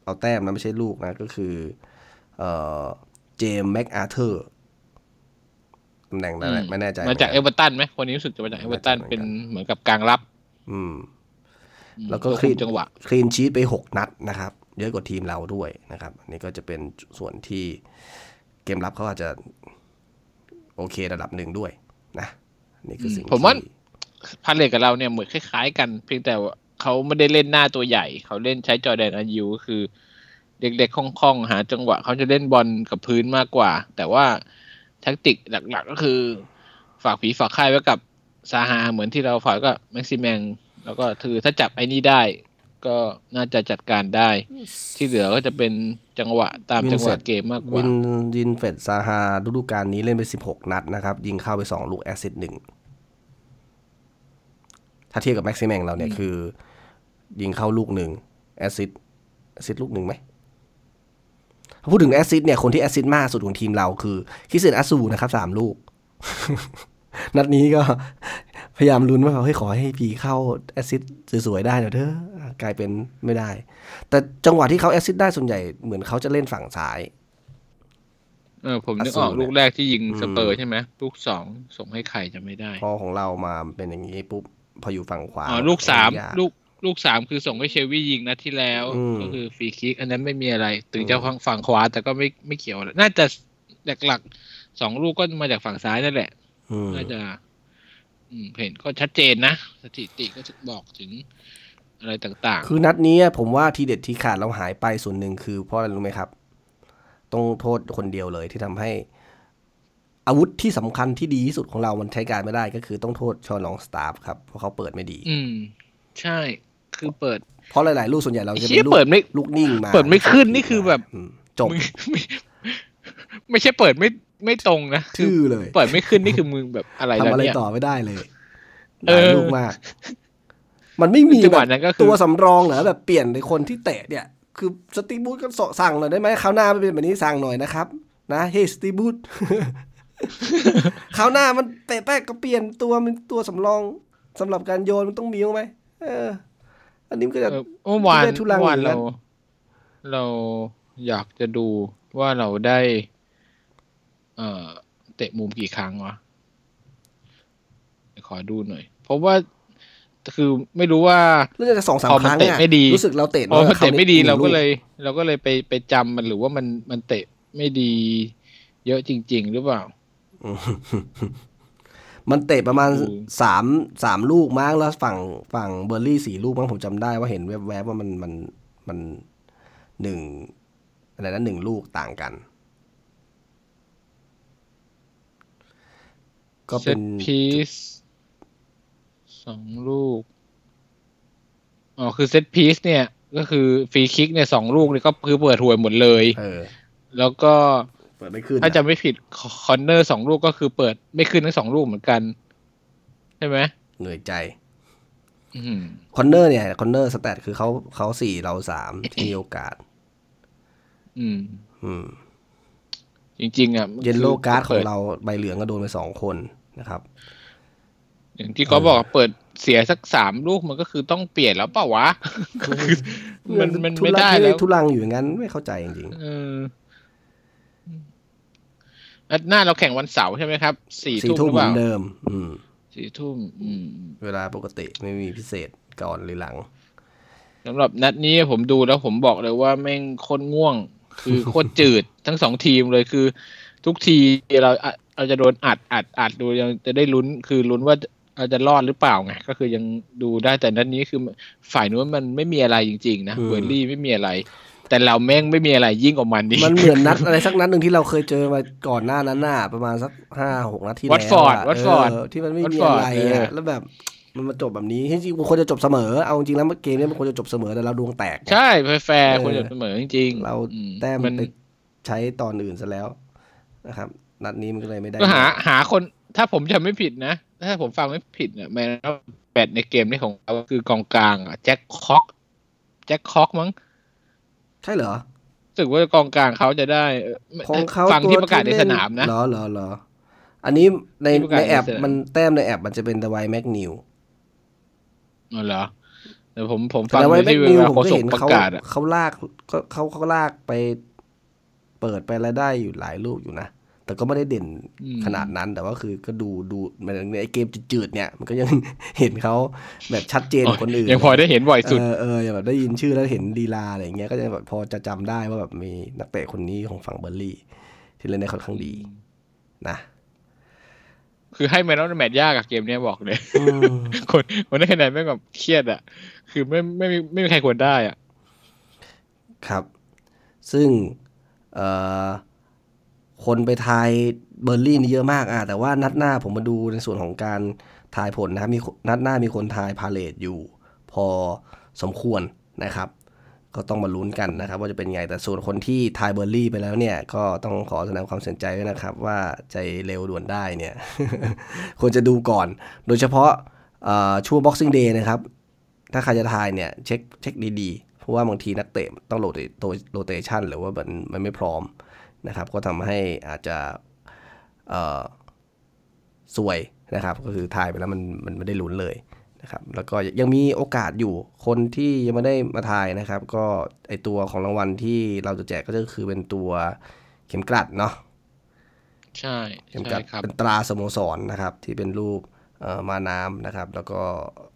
เอาแต้มนะไม่ใช่ลูกนะก็คือเอ่อเจมส์แม็กอาร์เธอร์ตำแหน่งนั้นไม่แน่ใจมาจากเอเวอร์ตันไหมคนนี้รู้สึกจะมาจากเอเวอร์ตันเป็นเหมือนกับกลางรับอืมแล้วก็คลีนจังหวะคลีนชีทไปหกนัดนะครับเยอะกว่าทีมเราด้วยนะครับอันนี้ก็จะเป็นส่วนที่เกมรับเขาอาจจะโอเคระดับหนึ่งด้วยนะนี่คือสิ่งผมว่าพาเลทกับเราเนี่ยเหมือนคล้ายๆกันเพียงแต่เขาไม่ได้เล่นหน้าตัวใหญ่เขาเล่นใช้จอร์แดนอายุก็คือเด็กๆคล่องๆหาจังหวะเขาจะเล่นบอลกับพื้นมากกว่าแต่ว่าแทคติกหลักๆก็คือฝากผีฝากไข่ไว้กับซาฮาเหมือนที่เราฝากก็แม็กซิแมงแล้วก็ถือถ้าจับไอ้นี่ได้ก็น่าจะจัดการได้ที่เหลือก็จะเป็นจังหวะตามจังหวะเกมมากกว่าวินยินเฟดซาฮาฤดูกาลนี้เล่นไปสิบหกนัดนะครับยิงเข้าไปสองลูกแอสซิสต์หนึ่งถ้าเทียบกับแม็กซิแมงเราเนี่ยคือยิงเข้าลูกหนึ่งแอสซิสต์แอสซิสต์ลูกหนึ่งไหมพูดถึงแอสซิสต์เนี่ยคนที่แอสซิสต์มากสุดของทีมเราคือคิเซนอาซูนะครับสามลูก นัดนี้ก็พยายามลุ้นว่าเฮ้ยขอให้พีเข้าแอสซิสต์สวยๆได้เดี๋ยวเถอะกลายเป็นไม่ได้แต่จังหวะที่เขาแอสซิสต์ได้ส่วนใหญ่เหมือนเขาจะเล่นฝั่งซ้ายเออผมนึกออกลูกแรกที่ยิงสเปอร์ใช่ไหมลูกสองส่งให้ใครจะไม่ได้พอของเรามาเป็นอย่างนี้ปุ๊บพออยู่ฝั่งขวาอ๋อลูกสามลูกลูกสามคือส่งให้เชลวี่ยิงนัดที่แล้วก็คือฟรีคิกอันนั้นไม่มีอะไรถึงจะฝั่งขวาแต่ก็ไม่ไม่เกี่ยวน่าจะหลักๆสองลูกก็มาจากฝั่งซ้ายนั่นแหละน่าจะเห็นก็ชัดเจนนะสถิติก็บอกถึงอะไรต่างๆคือนัดนี้ผมว่าทีเด็ดที่ขาดเราหายไปส่วนหนึ่งคือเพราะอะไรรู้ไหมครับต้องโทษคนเดียวเลยที่ทำให้อาวุธที่สำคัญที่ดีที่สุดของเรามันใช้การไม่ได้ก็คือต้องโทษชอนลองสตาฟครับเพราะเขาเปิดไม่ดีอืมใช่คือเปิดเพราะหลายๆลูกส่วนใหญ่เราจะเป็นลูกลูกนิ่งมาเปิดไม่ขึ้นนี่คือแบบจบไม่ใช่เปิดไม่ไม่ตรงนะทื่อเลยเปิดไม่ขึ้นนี่คือมึงแบบอะไรแล้วเนี่ยทำอะไรต่อไม่ได้เลยหลายลูกมากมันไม่มีแบบตัวสำรองเหรอแบบเปลี่ยนในคนที่เตะเนี่ยคือสตีบูธก็สั่งหน่อยได้ไหมคราวหน้าไม่เป็นแบบนี้สั่งหน่อยนะครับนะเฮ้สตีบูธคราวหน้ามันเตะแป๊กก็เปลี่ยนตัวมันตัวสำรองสำหรับการโยนมันต้องมีมั้ยไหมเอออันนี้ก็จะเมื่อวานเมื่อวานเราเราอยากจะดูว่าเราได้เอ่อเตะมุมกี่ครั้งวะขอดูหน่อยเพราะว่าคือไม่รู้ว่าน่าจะสองสามครั้งอ่ะรู้สึกเราเตะพอมันเตะไม่ดีเราก็เลยเราก็เลยไปไปจำมันหรือว่ามันมันเตะไม่ดีเยอะจริงๆหรือเปล่ามันเตะประมาณสาม สามลูกมั้งแล้วฝั่งฝั่งเบอร์รี่สี่ลูกมั้งผมจำได้ว่าเห็นแวบๆว่ามันมันมันหนึ่งอะไรนะหนึ่งลูกต่างกันก็เป็นพีซสองลูกอ๋อคือเซตพีซเนี่ยก็คือฟรีคิกเนี่ยสองลูกนี่ก็คือเปิดห่วยหมดเลยเออแล้วก็เปิดไม่ขึ้นถ้าจะไม่ผิดคอร์เนอร์สองลูกก็คือเปิดไม่ขึ้นทั้งสองลูกเหมือนกันใช่ไหมเหนื่อยใจคอร์เนอร์เนี่ยคอร์เนอร์สแตทคือเขาเขาสี่เราสามที่มีโอกาสอืมอืมจริงๆอ่ะเยลโล่การ์ดของเราใบเหลืองก็โดนไปสองคนนะครับอย่างที่เขาบอกเปิดเสียสักสามลูกมันก็คือต้องเปลี่ยนแล้วเปล่าวะมันมันไม่ได้แล้วทุลังอยู่อย่างนั้นไม่เข้าใจจริงๆเออนัดหน้าเราแข่งวันเสาร์ใช่ไหมครับสี่ทุ่มเหมือนเดิมอืมสี่ทุ่มอืมเวลาปกติไม่มีพิเศษก่อนหรือหลังสำหรับนัดนี้ผมดูแล้วผมบอกเลยว่าแม่งโคตรง่วงคือโคตรจืดทั้งสองทีมเลยคือทุกทีเราเราจะโดนอัดอัดอัดดูยังจะได้ลุ้นคือลุ้นว่าเราจะรอดหรือเปล่าไงก็คือยังดูได้แต่นัดนี้คือฝ่ายนู้นมันไม่มีอะไรจริงๆนะเบอร์ลี่ไม่มีอะไรแต่เราแม่งไม่มีอะไรยิ่งกว่ามันดิมันเหมือนนัดอะไรสักนัดนึงที่เราเคยเจอมาก่อนหน้านั้นน่ะประมาณสัก ห้าหก นัดที่แล้ววัดฟอร์ดวัดฟอร์ดที่มันไม่มีอะไรอ่ะแล้วแบบมันมาจบแบบนี้จริงๆมันควรจะจบเสมอเอาจริงๆแล้วเกมนี้มันควรจะจบเสมอแต่เราดวงแตกใช่แฟร์ควรจะเสมอจริงๆเราแต้มไปใช้ตอนอื่นซะแล้วนะครับนัดนี้มันก็เลยไม่ได้ก็หาหาคนถ้าผมจำไม่ผิดนะถ้าผมฟังไม่ผิดเนี่ยแมนแบทในเกมนี้ของเราคือกองกลางอ่ะแจ็คคอกแจ็คคอกมั้งใช่เหรอรู้สึกว่ากองกลางเขาจะได้ฟังที่ประกาศในสนามนะเหรอเหรอเหรออันนี้ในในแอปมันแต้มในแอปมันจะเป็น The White McNeil อ๋อเหรอแต่ผมผมฟังที่เวลาโฆษกประกาศอ่ะเขาลากก็เขาเขาลากไปเปิดไปรายได้อยู่หลายลูกอยู่นะแต่ก็ไม่ได้เด่นขนาดนั้นแต่ว่าคือก็ดูดูในไอเกมจืดๆเนี่ยมันก็ยังเห็นเขาแบบชัดเจนกว่าคนอื่นยังพอได้เห็นบ่อยสุดเออเอออย่างแบบได้ยินชื่อแล้วเห็นลีลาอะไรอย่างเงี้ยก็จะแบบพอจะจำได้ว่าแบบมีนักเตะคนนี้ของฝั่งเบอร์ลี่ที่เล่นได้ค่อนข้างดีนะคือให้แมนออฟเดอะแมตช์ยากอะเกมนี้บอกเลยคนคนได้คะแนนไม่แบบเครียดอะคือไม่ไม่ไม่ไม่มีใครควรได้อ่ะครับซึ่งเอ่อคนไปทายเบอร์ลี่นี่เยอะมากอ่ะแต่ว่านัดหน้าผมมาดูในส่วนของการทายผลนะครับมีนัดหน้ามีคนทายพาเลทอยู่พอสมควรนะครับก็ต้องมาลุ้นกันนะครับว่าจะเป็นไงแต่ส่วนคนที่ทายเบอร์ลี่ไปแล้วเนี่ยก็ต้องขอแสดงความเสียใจด้วยนะครับว่าใจเร็วด่วนได้เนี่ย ควรจะดูก่อนโดยเฉพาะช่วง Boxing Day นะครับถ้าใครจะทายเนี่ยเช็คเช็คดีๆเพราะว่าบางทีนักเตะต้องโรเตโรเตชันหรือว่ามันมันไม่พร้อมนะครับก็ทำให้อาจจะเอ่อซวยนะครับก็คือทายไปแล้วมันมันไม่ได้ลุ้นเลยนะครับแล้วก็ยังมีโอกาสอยู่คนที่ยังไม่ได้มาทายนะครับก็ไอตัวของรางวัลที่เราจะแจกก็คือเป็นตัวเข็มกลัดเนาะใช่เข็มกลัดเป็นตราสโมสรนะครับที่เป็นรูปมาน้ำนะครับแล้วก็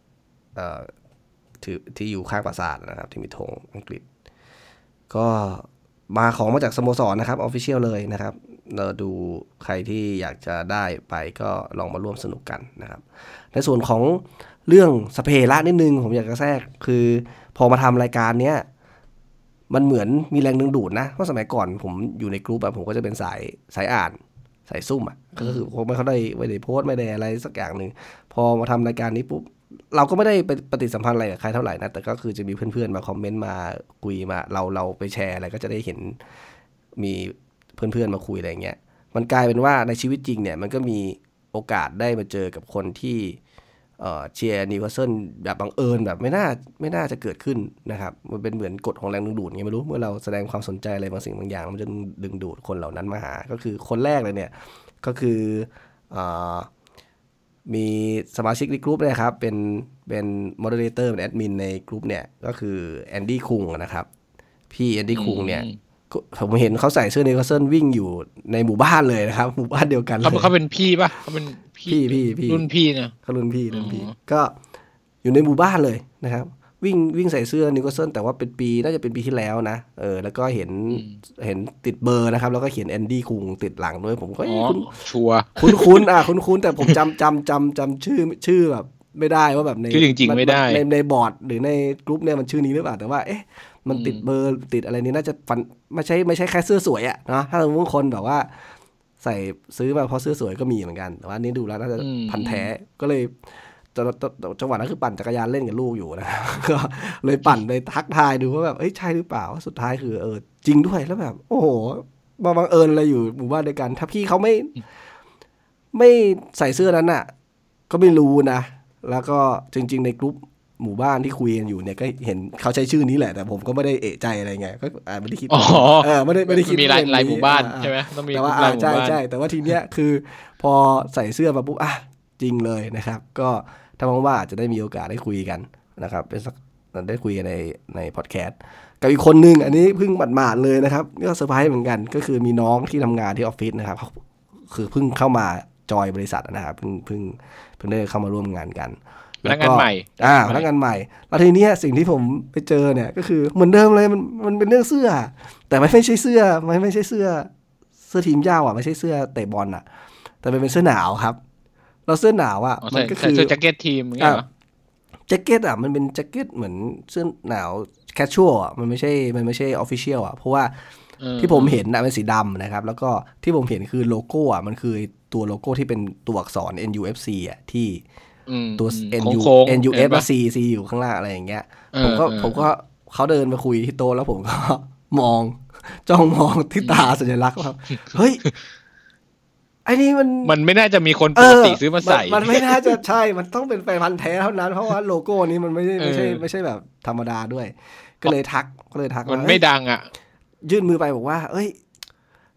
ถือที่อยู่ข้างปราสาทนะครับที่มีธงอังกฤษก็มาของมาจากสโมสรนะครับออฟฟิเชียลเลยนะครับเราดูใครที่อยากจะได้ไปก็ลองมาร่วมสนุกกันนะครับในส่วนของเรื่องสเประนิดนึงผมอยากจะแทรกคือพอมาทำรายการเนี้ยมันเหมือนมีแรงดึงดูดนะเพราะสมัยก่อนผมอยู่ในกลุ่มแบบผมก็จะเป็นสายสายอ่านสายซุ่มอ่ะก็คือผมไม่เขาได้ไม่ได้โพสต์ไม่ได้อะไรสักอย่างนึงพอมาทำรายการนี้ปุ๊บเราก็ไม่ได้ไปปฏิสัมพันธ์อะไรกับใครเท่าไหร่นะแต่ก็คือจะมีเพื่อนๆมาคอมเมนต์มาคุยมาเราเราไปแชร์อะไรก็จะได้เห็นมีเพื่อนๆมาคุยอะไรเงี้ยมันกลายเป็นว่าในชีวิตจริงเนี่ยมันก็มีโอกาสได้มาเจอกับคนที่เอ่อเชียร์นิวคาสเซิลแบบบังเอิญแบบไม่น่าไม่น่าจะเกิดขึ้นนะครับมันเป็นเหมือนกฎของแรงดึงดูดไงไม่รู้เมื่อเราแสดงความสนใจอะไรบางสิ่งบางอย่างมันจะดึงดูดคนเหล่านั้นมาหาก็คือคนแรกเลยเนี่ยก็คือเอ่อมีสมาชิกในกลุ่มนะครับเป็นเป็นโมเดเลเตอร์เป็นแอดมินในกลุ่มเนี่ยก็คือแอนดี้คุงนะครับพี่แอนดี้คุงเนี่ยผมเห็นเขาใส่เสื้อนิวคาสเซิลวิ่งอยู่ในหมู่บ้านเลยนะครับหมู่บ้านเดียวกันเลยเขาเป็นพี่ป่ะเขาเป็นพี่พี่พี่รุ่นพี่นะเขารุ่นพี่รุ่นพี่ก็อยู่ในหมู่บ้านเลยนะครับวิ่งวิ่งใส่เสื้อนิวคาสเซิลแต่ว่าเป็นปีน่าจะเป็นปีที่แล้วนะเออแล้วก็เห็นเห็นติดเบอร์นะครับแล้วก็เขียนแอนดี้คุงติดหลังด้วยผมก็คุณชัวร์คุ้นคุ้นอ่ะคุ้นคุ้นแต่ผมจำจำจำจำชื่อชื่อแบบไม่ได้ว่าแบบในชื่อจริงๆไม่ได้ในในบอร์ดหรือในกลุ่มเนี่ยมันชื่อนี้หรือเปล่าแต่ว่าเอ๊ะมันติดเบอร์ติดอะไรนี้น่าจะฟันไม่ใช่ไม่ใช่แค่เสื้อสวยอ่ะนะถ้าสมมติคนแบบว่าใส่ซื้อมาเพราะเสื้อสวยก็มีเหมือนกันแต่ว่านี้ดูแล้วน่าจะพันแท้ก็เลยจังหวะนั้นคือปั่นจักรยานเล่นกับลูกอยู่นะครับก็เลยปั่นไปทักทายดูว่าแบบเอ้ยใช่หรือเปล่าสุดท้ายคือเออจริงด้วยแล้วแบบโอ้โหมาบังเอิญอะไรอยู่หมู่บ้านเดียวกันถ้าพี่เขาไม่ไม่ใส่เสื้อนั้นน่ะก็ไม่รู้นะแล้วก็จริงๆในกลุ่มหมู่บ้านที่คุยกันอยู่เนี่ยก็เห็นเขาใช้ชื่อนี้แหละแต่ผมก็ไม่ได้เอะใจอะไรไงก็อ่าไม่ได้คิดเออไม่ได้ไม่ได้คิดมีหลายหลายหมู่บ้านใช่ไหมต้องมีแต่ว่าใช่ใช่แต่ว่าทีเนี้ยคือพอใส่เสื้อมาปุ๊บอ่ะจริงเลยนะครับก็ถ้าว่างๆอาจจะได้มีโอกาสได้คุยกันนะครับเป็นสักได้คุยกันในในพอดแคสต์กับอีกคนนึงอันนี้เพิ่งหมาดๆเลยนะครับก็เซอร์ไพรส์เหมือนกันก็คือมีน้องที่ทำงานที่ออฟฟิศนะครับคือเพิ่งเข้ามาจอยบริษัทนะครับเพิ่งเพิ่งเพิ่งได้เข้ามาร่วมงานกันพนักงานใหม่อ่าพนักงานใหม่แล้วทีเนี้ยสิ่งที่ผมไปเจอเนี่ยก็คือเหมือนเดิมเลยมันมันเป็นเรื่องเสื้อแต่ไม่ไม่ใช่เสื้อไม่ไม่ใช่เสื้อเสื้อทีมยาวอ่ะไม่ใช่เสื้อเตะบอลอ่ะแต่เป็นเสื้อหนาวครับเราเสื้อหนาวอ่ะมันก็คือเสื้อแจ็คเก็ตทีมอย่างเงี้ยเหรอแจ็คเก็ตอ่ะมันเป็นแจ็คเก็ตเหมือนเสื้อหนาวแคชชวลอ่ะมันไม่ใช่มันไม่ใช่ออฟฟิเชียลอ่ะเพราะว่าที่ผมเห็นน่ะเป็นสีดำนะครับแล้วก็ที่ผมเห็นคือโลโก้อ่ะมันคือตัวโลโก้ที่เป็นตัวอักษร เอ็น ยู เอฟ ซี อ่ะที่ตัว เอ็น ยู เอ็น ยู เอฟ ซี ซี อยู่ข้างล่างอะไรอย่างเงี้ยผมก็ผมก็เขาเดินมาคุยที่โต๊ะแล้วผมก็มองจ้องมองที่ตาสัญลักษณ์ว่าเฮ้ยไอ้นี่มันมันไม่น่าจะมีคนปกติซื้อมาใส่มันไม่น่าจะใช่มันต้องเป็นแฟนพันธุ์แท้เท่านั้นเพราะว่าโลโก้นี้มันไม่ไม่ใช่ไม่ใช่แบบธรรมดาด้วยก็เลยทักก็เลยทักมันไม่ดังอ่ะยื่นมือไปบอกว่าเอ้ย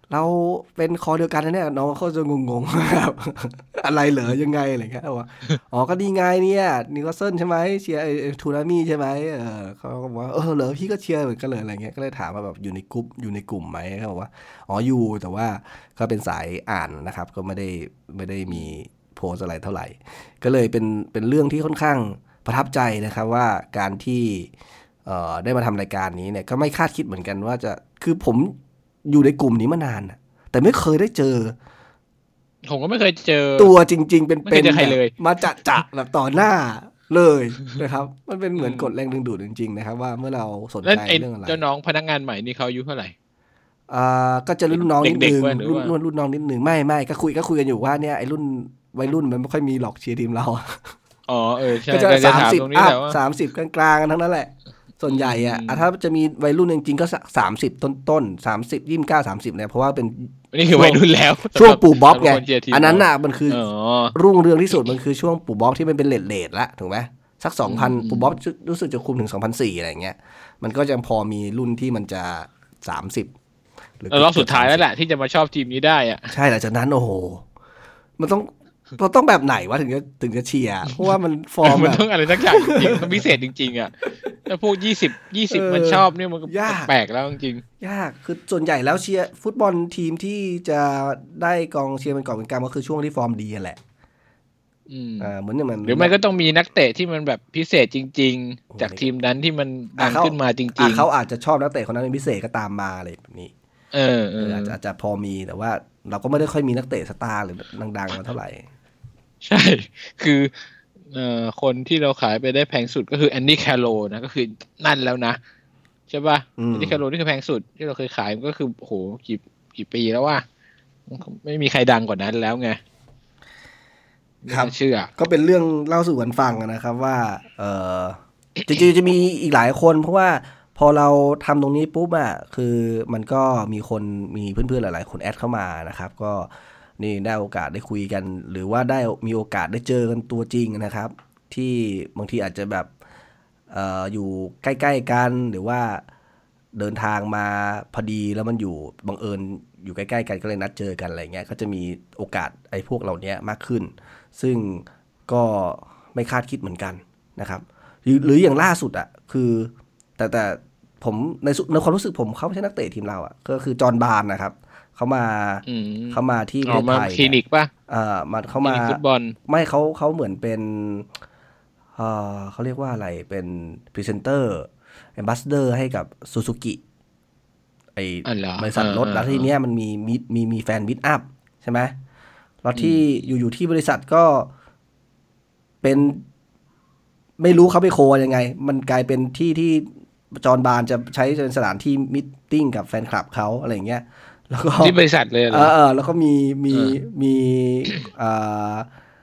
เราเป็นคอเดียวกันนะเนี่ยน้องเขาจะงงๆแบบอะไรเหรอยังไงอะไรเงี้ยว่าอ๋อก็ดีไงเนี่ยนิวคาสเซิลใช่ไหมเชียร์ไอ้ทูนามี่ใช่ไหมเออเขาก็บอกว่าเออเหรอพี่ก็เชียร์เหมือนกันเลยอะไรเงี้ยก็เลยถามว่าแบบอยู่ในกลุ่มอยู่ในกลุ่มไหมเขาบอกว่าอ๋ออยู่แต่ว่าก็เป็นสายอ่านนะครับก็ไม่ได้ไม่ได้มีโพสอะไรเท่าไหร่ก็เลยเป็นเป็นเรื่องที่ค่อนข้างประทับใจนะครับว่าการที่เอ่อได้มาทำรายการนี้เนี่ยก็ไม่คาดคิดเหมือนกันว่าจะคือผมอยู่ในกลุ่มนี้มานานแต่ไม่เคยได้เจอผมก็ไม่เคยเจอตัวจริงๆเป็นไม่เคยเจอใครเลยมาจะจะแบบต่อหน้าเลยนะครับมันเป็นเหมือนกฎแรงดึงดูดจริงๆนะครับว่าเมื่อเราสนใจเรื่องอะไรเจ้าน้องพนักงานใหม่นี่เขาอายุเท่าไหร่อ่าก็จะรุ่นน้องนิดนึงรุ่นรุ่นรุ่นน้องนิดนึงไม่ไม่ก็คุยก็คุยกันอยู่ว่าเนี่ยไอ้รุ่นวัยรุ่นมันไม่ค่อยมีหรอกเชียร์ทีมเราอ๋อเออใช่ก็จะสามสิบอัพสามสิบกลางๆกันทั้งนั้นแหละส่วนใหญ่อ่ะถ้าจะมีวัยรุ่นจริงๆก็สามสิบต้นๆสามสิบยี่สิบเก้าสามสิบเนี่ยเพราะว่าเป็นนี่คือวัยรุ่นแล้วช่วงปู่บ๊อบไงอันนั้นน่ะมันคือรุ่งเรืองที่สุดมันคือช่วงปู่บ๊อบที่มันเป็นเลทๆละถูกไหมสักสองพันปู่บ๊อบรู้สึกจะคุมถึงสองพันสี่อะไรเงี้ยมันก็จะพอมีรุ่นที่มันจะสามสิบแล้วรอบสุดท้ายแล้วแหละที่จะมาชอบทีมนี้ได้อ่ะใช่หลังจากนั้นโอ้โหมันต้องเราต้องแบบไหนวะถึงจะถึงจะเชียร์เพราะว่ามันฟอร์มมันต้องอะไรสักอย่างจริงๆมันพิเศษจริงๆอ่ะถ้าพวกยี่สิบ ยี่สิบมันชอบเนี่ยมันก็แปลกแล้วจริงๆยากคือส่วนใหญ่แล้วเชียร์ฟุตบอลทีมที่จะได้กองเชียร์เป็นกองเป็นกำก็คือช่วงที่ฟอร์มดีแหละอืมอ่าเหมือนอย่างมันหรือไม่ก็ต้องมีนักเตะที่มันแบบพิเศษจริงๆจากทีมนั้นที่มันดังขึ้นมาจริงๆเขาอาจจะชอบนักเตะคนนั้นเป็นพิเศษก็ตามมาอะไรแบบนี้เออเอออาจจะอาจจะพอมีแต่ว่าเราก็ไม่ได้ค่อยมีนักเตะสตาร์หรือดังๆมาเท่าไหร่ใช่คือเอ่อคนที่เราขายไปได้แพงสุดก็คือแอนดี้แคโรนะก็คือนั่นแล้วนะใช่ป่ะแอนดี้แคโรนี่คือแพงสุดที่เราเคยขายมันก็คือโหกี่กี่ปีแล้วว่าไม่มีใครดังกว่านั้นแล้วไงครับเชื่อก็เป็นเรื่องเล่าสู่กันฟังนะครับว่าเออจริงๆจะมีอีกหลายคนเพราะว่าพอเราทำตรงนี้ปุ๊บอ่ะคือมันก็มีคนมีเพื่อนๆหลายๆคนแอดเข้ามานะครับก็นี่ได้โอกาสได้คุยกันหรือว่าได้มีโอกาสได้เจอกันตัวจริงนะครับที่บางทีอาจจะแบบเอ่ออยู่ใกล้ๆกันหรือว่าเดินทางมาพอดีแล้วมันอยู่บังเอิญอยู่ใกล้ๆกันก็เลยนัดเจอกันอะไรเงี้ยก็จะมีโอกาสไอ้พวกเหล่านี้มากขึ้นซึ่งก็ไม่คาดคิดเหมือนกันนะครับหรือหรืออย่างล่าสุดอ่ะคือแต่แต่ผมในในความรู้สึกผมเขาไม่ใช่นักเตะทีมเราอ่ะก็คือจอห์นบาร์นนะครับเขามาเขามาที่ประเทศไทยคลินิกป่ะอ่ามาเขามาฟุตบอลไม่เขาเขาเหมือนเป็นเอ่อเขาเรียกว่าอะไรเป็นพรีเซนเตอร์แอมบาสเดอร์ให้กับซูซูกิไอบริษัทรถแล้วที่เนี้ยมันมีมีมีมีแฟนมิตอัพใช่ไหมแล้วที่อยู่อยู่ที่บริษัทก็เป็นไม่รู้เขาไปโคยังไงมันกลายเป็นที่ที่จอห์นบาร์นจะใช้เป็นสถานที่มิทติ้งกับแฟนคลับเขาอะไรอย่างเงี้ยแล้วก็ที่บริษัทเลยเหรอเออแล้วก็มีมีมีอ่า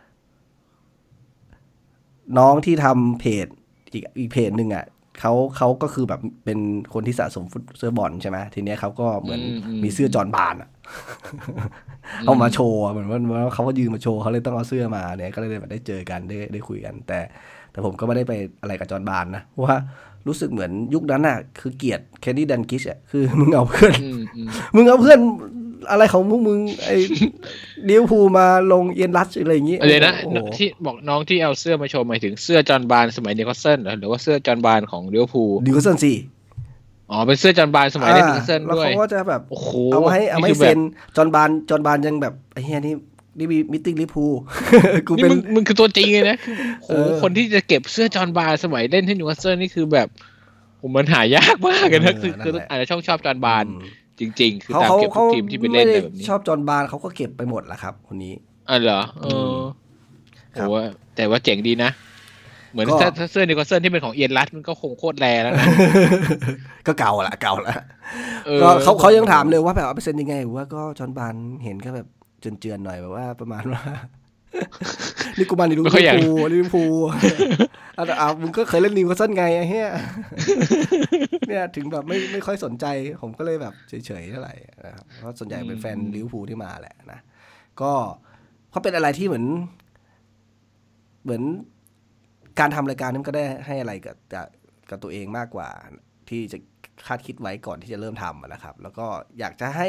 น้องที่ทำเพจอีกอีกเพจหนึ่งอ่ะเขาเขาก็คือแบบเป็นคนที่สะสมฟุตเสื้อบอลใช่ไหมทีเนี้ยเขาก็เหมือนมีเสื้อจอห์นบาร์นอ่ะเอามาโชว์เหมือนว่าเขาก็ยืนมาโชว์เขาเลยต้องเอาเสื้อมาเนี่ยก็เลยแบบได้เจอกันได้ได้คุยกันแต่แต่ผมก็ไม่ได้ไปอะไรกับจอห์นบาร์นนะเพราะว่ารู้สึกเหมือนยุคนั้นอ่ะคือเกลียดเคนนี่ดันกิชอ่ะคือมึงเอาเพื่อนมึงเอาเพื่อนอะไรของมึงมึงไอ้ลิเวอร์พูลมาลงเอียนรัชอะไรอย่างงี้อะไรนะที่บอกน้องที่เอาเสื้อมาโชว์หมายถึงเสื้อจอห์นบาร์นสมัยนิวคาสเซิลหรือว่าเสื้อจอห์นบาร์นของลิเวอร์พูลนิวคาสเซิลสิอ๋อเป็นเสื้อจอห์นบาร์นสมัยนิวคาสเซิลด้วยแล้วเขาก็จะแบบเอามาให้เอาให้เซ็นจอห์นบาร์นจอห์นบาร์นยังแบบไอ้เหี้ยนี่นี่มีมิทติ้งลิเวอร์พูลกูเป็นมึงคือตัวจริงเลยนะโหคนที่จะเก็บเสื้อจอห์นบาร์นสมัยเล่นที่นิวคาสเซิลนี่คือแบบผมมันหายากมากนะคือคืออาจจะชอบชอบจอห์นบาร์นจริงๆคือตามเก็บทุกทีมที่ไปเล่นแบบนี้ชอบจอห์นบาร์นเขาก็เก็บไปหมดแหละครับคนนี้อ๋อเหรอเออโหแต่ว่าเจ๋งดีนะเหมือนถ้าเสื้อนิวคาสเซิลที่เป็นของเอียนรัชมันก็คงโคตรแรงแล้วนะก็เก่าละเก่าละก็เขาเขายังถามเลยว่าแบบเอาไปเซ็นยังไงว่าก็จอห์นบาร์นเห็นก็แบบเจือนๆหน่อยแบบว่าประมาณว่านี่กูมาในลิเวอร์พูลลิเวอร์พูลอ่ะมึงก็เคยเล่นนิวคาสเซิลไงไอ้เหี้ยเนี่ยถึงแบบไม่ไม่ค่อยสนใจผมก็เลยแบบเฉยๆเท่าไหร่นะครับเพราะส่วนใหญ่เป็นแฟนลิเวอร์พูลที่มาแหละนะก็เขาเป็นอะไรที่เหมือนเหมือนการทำรายการนั้นก็ได้ให้อะไรกับกับตัวเองมากกว่าที่จะคาดคิดไว้ก่อนที่จะเริ่มทำนะครับแล้วก็อยากจะให้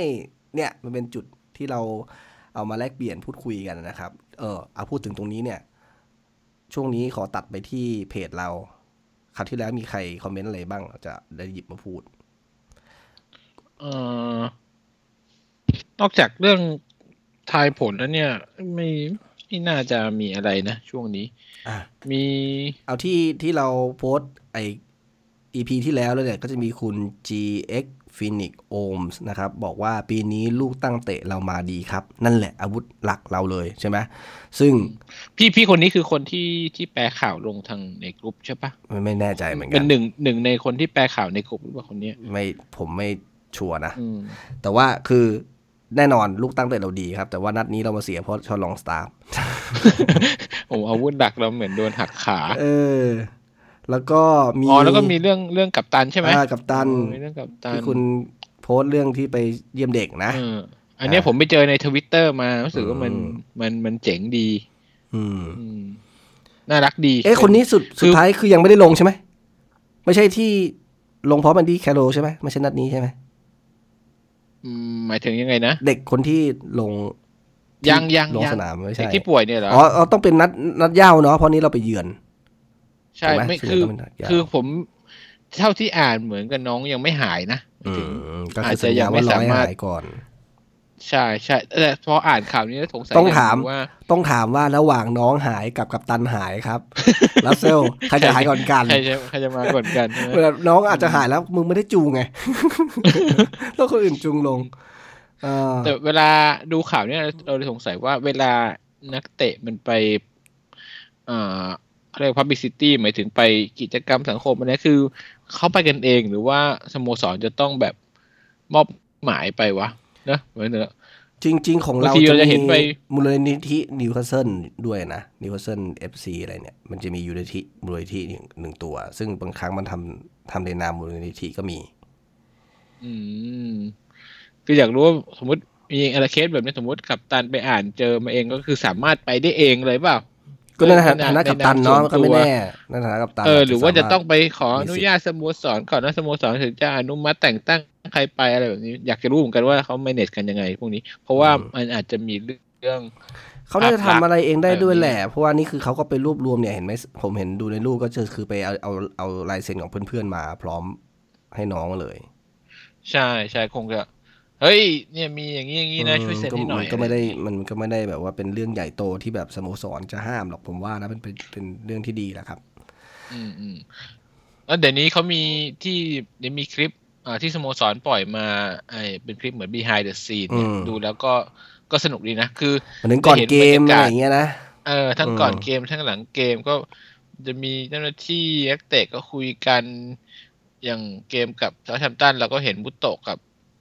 เนี่ยมันเป็นจุดที่เราเอามาแลกเปลี่ยนพูดคุยกันนะครับเออเอาพูดถึงตรงนี้เนี่ยช่วงนี้ขอตัดไปที่เพจเราคราวที่แล้วมีใครคอมเมนต์อะไรบ้างจะได้หยิบมาพูดเอ่อนอกจากเรื่องทายผลแล้วเนี่ยไม่ไม่น่าจะมีอะไรนะช่วงนี้อ่ะมีเอาที่ที่เราโพสต์ไอ อี พี ที่แล้วแล้วเนี่ยก็จะมีคุณ จี เอ็กซ์ Phoenix Ohms นะครับบอกว่าปีนี้ลูกตั้งเตะเรามาดีครับนั่นแหละอาวุธหลักเราเลยใช่ไหมซึ่งพี่พี่คนนี้คือคนที่ที่แปลข่าวลงทางในกลุ่มใช่ปะไม่ไม่แน่ใจเหมือนกันเป็นหนึ่งหนึ่งในคนที่แปลข่าวในกลุ่มหรือเปล่าคนนี้ไม่ผมไม่ชัวร์นะแต่ว่าคือแน่นอนลูกตั้งเตะเราดีครับแต่ว่านัดนี้เรามาเสียเพราะชอลองสตาร์โอ้อาวุธหลักเราเหมือนโดนหักขาเออแล้วก็มีอ๋อแล้วก็มีเรื่องเรื่องกัปตันใช่ไหมอ่ากัปตันมีเรื่องกัปตันที่คุณโพสต์เรื่องที่ไปเยี่ยมเด็กนะอันนี้ผมไปเจอใน Twitter มารู้สึกว่ามันมันมันเจ๋งดีอืมน่ารักดีเอ๊ะคนนี้สุดสุดท้ายคือยังไม่ได้ลงใช่ไหมไม่ใช่ที่ลงพร้อมกันดีแคโรใช่ไหมไม่ใช่นัดนี้ใช่ไหมหมายถึงยังไงนะเด็กคนที่ลงยังยังลงสนามไม่ใช่ที่ป่วยเนี่ยเหรออ๋อต้องเป็นนัดนัดยาวเนาะเพราะนี้เราไปเยือนใช่ไม่คือคือผมเท่าที่อ่านเหมือนกับน้องยังไม่หายนะอาจจะยังไม่สามารถก่อนใช่ใช่แต่พออ่านข่าวนี้แล้วสงสัยต้องถามว่าต้องถามว่าระหว่างน้องหายกับกัปตันหายครับลัสเซลใครจะหายก่อนกันใครจะใครจะมาก่อนกันเวลาน้องอาจจะหายแล้วมึงไม่ได้จูงไงแล้วคนอื่นจูงลงแต่เวลาดูข่าวนี้เราสงสัยว่าเวลานักเตะมันไปอ่าเรียก publicity หมายถึงไปกิจกรรมสังคมอันนี้คือเขาไปกันเองหรือว่าสโมสรจะต้องแบบมอบหมายไปวะนะเหมือนเนอะจริงๆของเราจะเห็นไปมูลนิธินิวคาสเซิลด้วยนะนิวคาสเซิล เอฟ ซี อะไรเนี่ยมันจะมียูนิธิมูลนิธิหนึ่งตัวซึ่งบางครั้งมันทำทำในนามมูลนิธิก็มีอืมคืออยากรู้ว่าสมมติมีอะไรเคสแบบนี้สมมติกัปตันไปอ่านเจอมาเองก็คือสามารถไปได้เองเลยเปล่าก็ในฐานะกัปตันเนาะก็ไม่แน่ในฐานะกัปตันเออหรือว่าจะต้องไปขออนุญาตสโมสรก่อนนะสโมสรถึงจะอนุมัติแต่งตั้งใครไปอะไรแบบนี้อยากจะรู้เหมือนกันว่าเขา manage กันยังไงพวกนี้เพราะว่ามันอาจจะมีเรื่องเขาน่าจะทำอะไรเองได้ด้วยแหละเพราะว่านี่คือเขาก็ไปรวบรวมเนี่ยเห็นไหมผมเห็นดูในรูปก็จะคือไปเอาเอาเอาลายเซ็นของเพื่อนๆมาพร้อมให้น้องเลยใช่ใช่คงจะเฮ้ยเนี่ยมีอย่างนี้อย่างนี้นะช่วยเซ็นให้หน่อยก็ไม่ได้มันก็ไม่ได้แบบว่าเป็นเรื่องใหญ่โตที่แบบสโมสรจะห้ามหรอกผมว่านะเป็นเป็นเรื่องที่ดีแหละครับอืมอืมแล้วเดี๋ยวนี้เขามีที่เดี๋ยวมีคลิปอ่าที่สโมสรปล่อยมาไอ้เป็นคลิปเหมือน behind the scene เนี่ยดูแล้วก็ก็สนุกดีนะคือมันถึงก่อนเกมอะไรอย่างเงี้ยนะเออทั้งก่อนเกมทั้งหลังเกมก็จะมีเจ้าหน้าที่นักเตะก็คุยกันอย่างเกมกับเซาท์แฮมป์ตันเราก็เห็นมุโตะกับ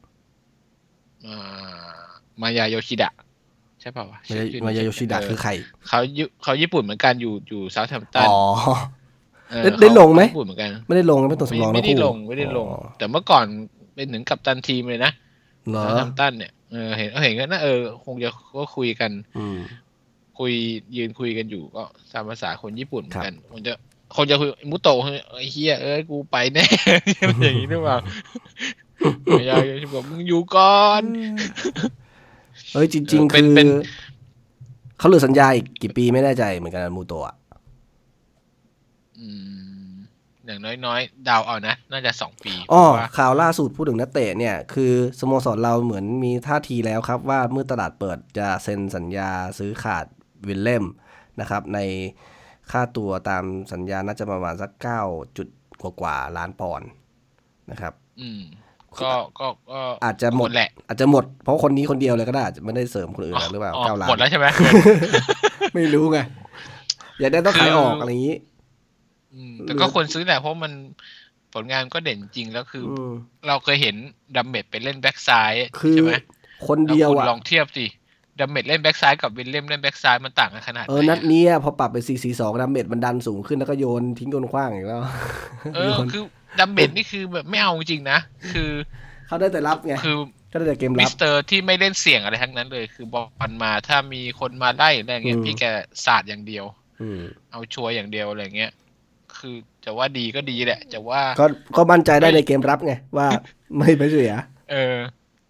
มายาโยชิดะใช่ป่าววะมายาโยชิดะคือใครเขาเขาญี่ปุ่นเหมือนกันอยู่อยู่เซาท์แฮมป์ตันอ๋อได้ลงไหมญี่ปุ่นเหมือนกันไม่ได้ลงไม่ตัวสำรองไม่ได้ลงไม่ได้ลงแต่เมื่อก่อนเป็นถึงกัปตันทีมเลยนะเซาท์แฮมป์ตันเนี่ยเออเห็นเห็นกันนะเออคงจะก็คุยกันคุยยืนคุยกันอยู่ก็ตามภาษาคนญี่ปุ่นเหมือนกันคงจะคงจะคุยมุโตะไอ้เหี้ยเอ้ยกูไปแน่อย่างนี้หรือเปล่าไม่อยากจะบอกมึงอยู่ก่อนเฮ้ยจริงๆคือเขาเหลือสัญญาอีกกี่ปีไม่แน่ใจเหมือนกันมูโตะอืมอย่างน้อยๆดาวเอานะน่าจะสองปีอ๋อข่าวล่าสุดพูดถึงนักเตะเนี่ยคือสโมสรเราเหมือนมีท่าทีแล้วครับว่าเมื่อตลาดเปิดจะเซ็นสัญญาซื้อขาดวิลเล่มนะครับในค่าตัวตามสัญญาน่าจะประมาณสักเก้าจุดกว่าๆล้านปอนด์นะครับอืมก็ก็ก็อาจจะหมดแหละอาจจะหมดเพราะคนนี้คนเดียวเลยก็ได้อาจจะไม่ได้เสริมคนอื่นหรือเปล่าเก้าล้านหมดแล้วใช่ไหมไม่รู้ไงอย่าได้ต้องขายออกอะไรอย่างนี้แต่ก็ควรซื้อแหละเพราะมันผลงานก็เด่นจริงแล้วคือเราเคยเห็นดัมเมดไปเล่นแบ็กซ้ายใช่ไหมคนเดียวอ่ะลองเทียบสิดัมเมดเล่นแบ็กซ้ายกับวิลเลียมเล่นแบ็กซ้ายมันต่างกันขนาดไหนเออนัดนี้พอปรับไป สี่ สี่ สอง ดัมเมดมันดันสูงขึ้นแล้วก็โยนทิ้งโยนขว้างอีกแล้วเออคือดัมเมดนี่คือแบบไม่เอาจริงนะคือเขาได้แต่รับไงคือก็ได้แต่เกมรับมิสเตอร์ที่ไม่เล่นเสี่ยงอะไรทั้งนั้นเลยคือบอลมาถ้ามีคนมาไล่อะไรเงี้ยพี่แกสาดอย่างเดียวเอาชัวร์อย่างเดียวอะไรเงี้ยคือจะว่าดีก็ดีแหละจะว่าก็ก็มั่นใจได้ในเกมรับไงว่าไม่ไปเสียเออ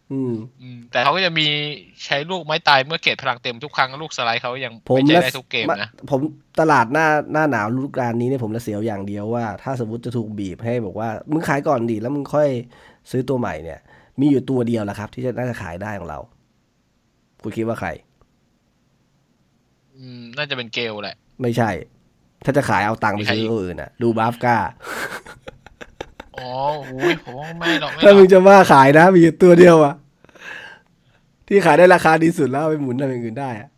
อืมแต่เขาก็จะมีใช้ลูกไม้ตายเมื่อเกรดพลังเต็มทุกครั้งลูกสไลด์เขายังไม่ใช้ได้ทุกเกมนะผมตลาดหน้าหน้าหนาวฤดูกาลนี้เนี่ยผมจะเสียวอย่างเดียวว่าถ้าสมมติจะถูกบีบให้บอกว่ามึงขายก่อนดิแล้วมึงค่อยซื้อตัวใหม่เนี่ยมีอยู่ตัวเดียวแหละครับที่จะน่าจะขายได้ของเราคุณคิดว่าใครอืมน่าจะเป็นเกลแหละไม่ใช่ถ้าจะขายเอาตังค์ไปซื้อตัวอื่นน่ะดูบาฟก้าอ๋ออุ้ยผมไม่หรอกถ้ามึงจะว่าขายนะมีตัวเดียวอะที่ขายได้ราคาดีสุดแล้วไปหมุนทำอย่างอื่นได้อะ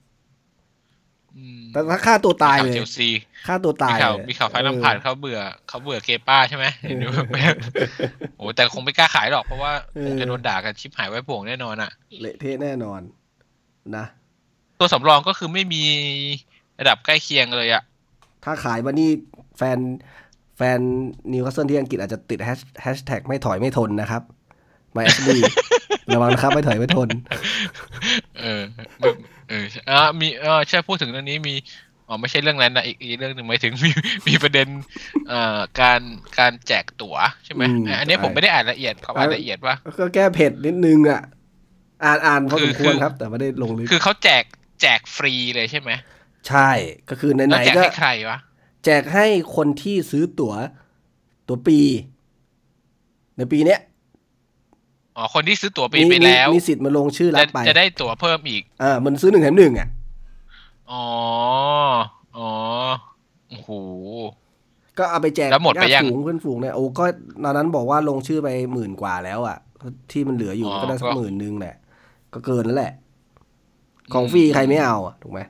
แต่ถ้าค่าตัวตายเลยค่าตัวตายมีข่าวมีข่าวไฟน้ำผ่านเขาเบื่อเขาเบื่อเกป้าใช่ไหมโอ้แต่คงไม่กล้าขายหรอกเพราะว่าคงจะโดนด่ากันชิบหายไว้ป่วงแน่นอนอะเละเทะแน่นอนนะตัวสำรองก็คือไม่มีระดับใกล้เคียงเลยอะถ้าขายมานี่แฟนแฟนนิวคาสเซิลที่อังกฤษอาจจะติดแฮชแท็กไม่ถอยไม่ทนนะครับมาแอชลีย์ระวังนะครับไม่ถอยไม่ทนเออเอออ่ามีเออใช่พูดถึงเรื่องนี้มีอ๋อไม่ใช่เรื่องนั้นนะอีกอีกเรื่องหนึ่งหมายถึงมีมีประเด็นเอ่อการการแจกตั๋วใช่ไหมอันนี้ผมไม่ได้อ่านละเอียดเขาอ่านละเอียดว่าก็แก้เผ็ดนิดนึงอ่ะอ่านอ่านพอสมควรครับแต่ไม่ได้ลงลึกคือเขาแจกแจกฟรีเลยใช่ไหมใช่ก็คือไหนๆก็แจกให้ใครวะแจกให้คนที่ซื้อตั๋วตั๋วปีในปีเนี้ยอ๋อคนที่ซื้อตั๋วปีไปแล้วมีสิทธิ์มาลงชื่อรับไปจะได้ตั๋วเพิ่มอีกอ่ามันซื้อหนึ่งแถมหนึ่งอ่ะอ๋ออ๋อโอ้โหก็เอาไปแจกแล้วหมดไปยังฝูงเพื่อนฝูงเนี่ยโอ้ก็ตอนนั้นบอกว่าลงชื่อไปหมื่นกว่าแล้วอ่ะที่มันเหลืออยู่ก็ได้สักหมื่นนึงแหละก็เกินแล้วแหละของฟรีใครไม่เอาอ่ะถูกไหม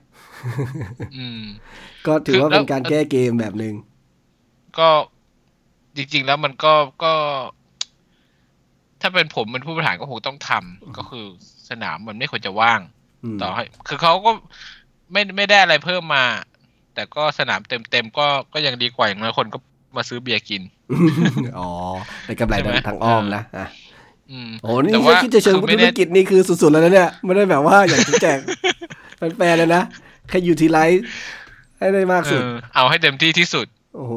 ก็ถือว่าเป็นการแก้เกมแบบนึงก็จริงๆแล้วมันก็ก็ถ้าเป็นผมเป็นผู้บริหารก็คงต้องทำก็คือสนามมันไม่ควรจะว่างต่อให้คือเขาก็ไม่ไม่ได้อะไรเพิ่มมาแต่ก็สนามเต็มเต็มก็ก็ยังดีกว่าอย่างน้อยคนก็มาซื้อเบียร์กินอ๋อในกำไรทางอ้อมนะอ่ะโอ้นี่ถ้าคิดจะเชิงธุรกิจนี่คือสุดๆแล้วนะเนี่ยไม่ได้แบบว่าอย่างที่แจกแฟนๆเลยนะแค่ยูทิลไลซ์ให้ได้มากสุดเอาให้เต็มที่ที่สุดโอ้โห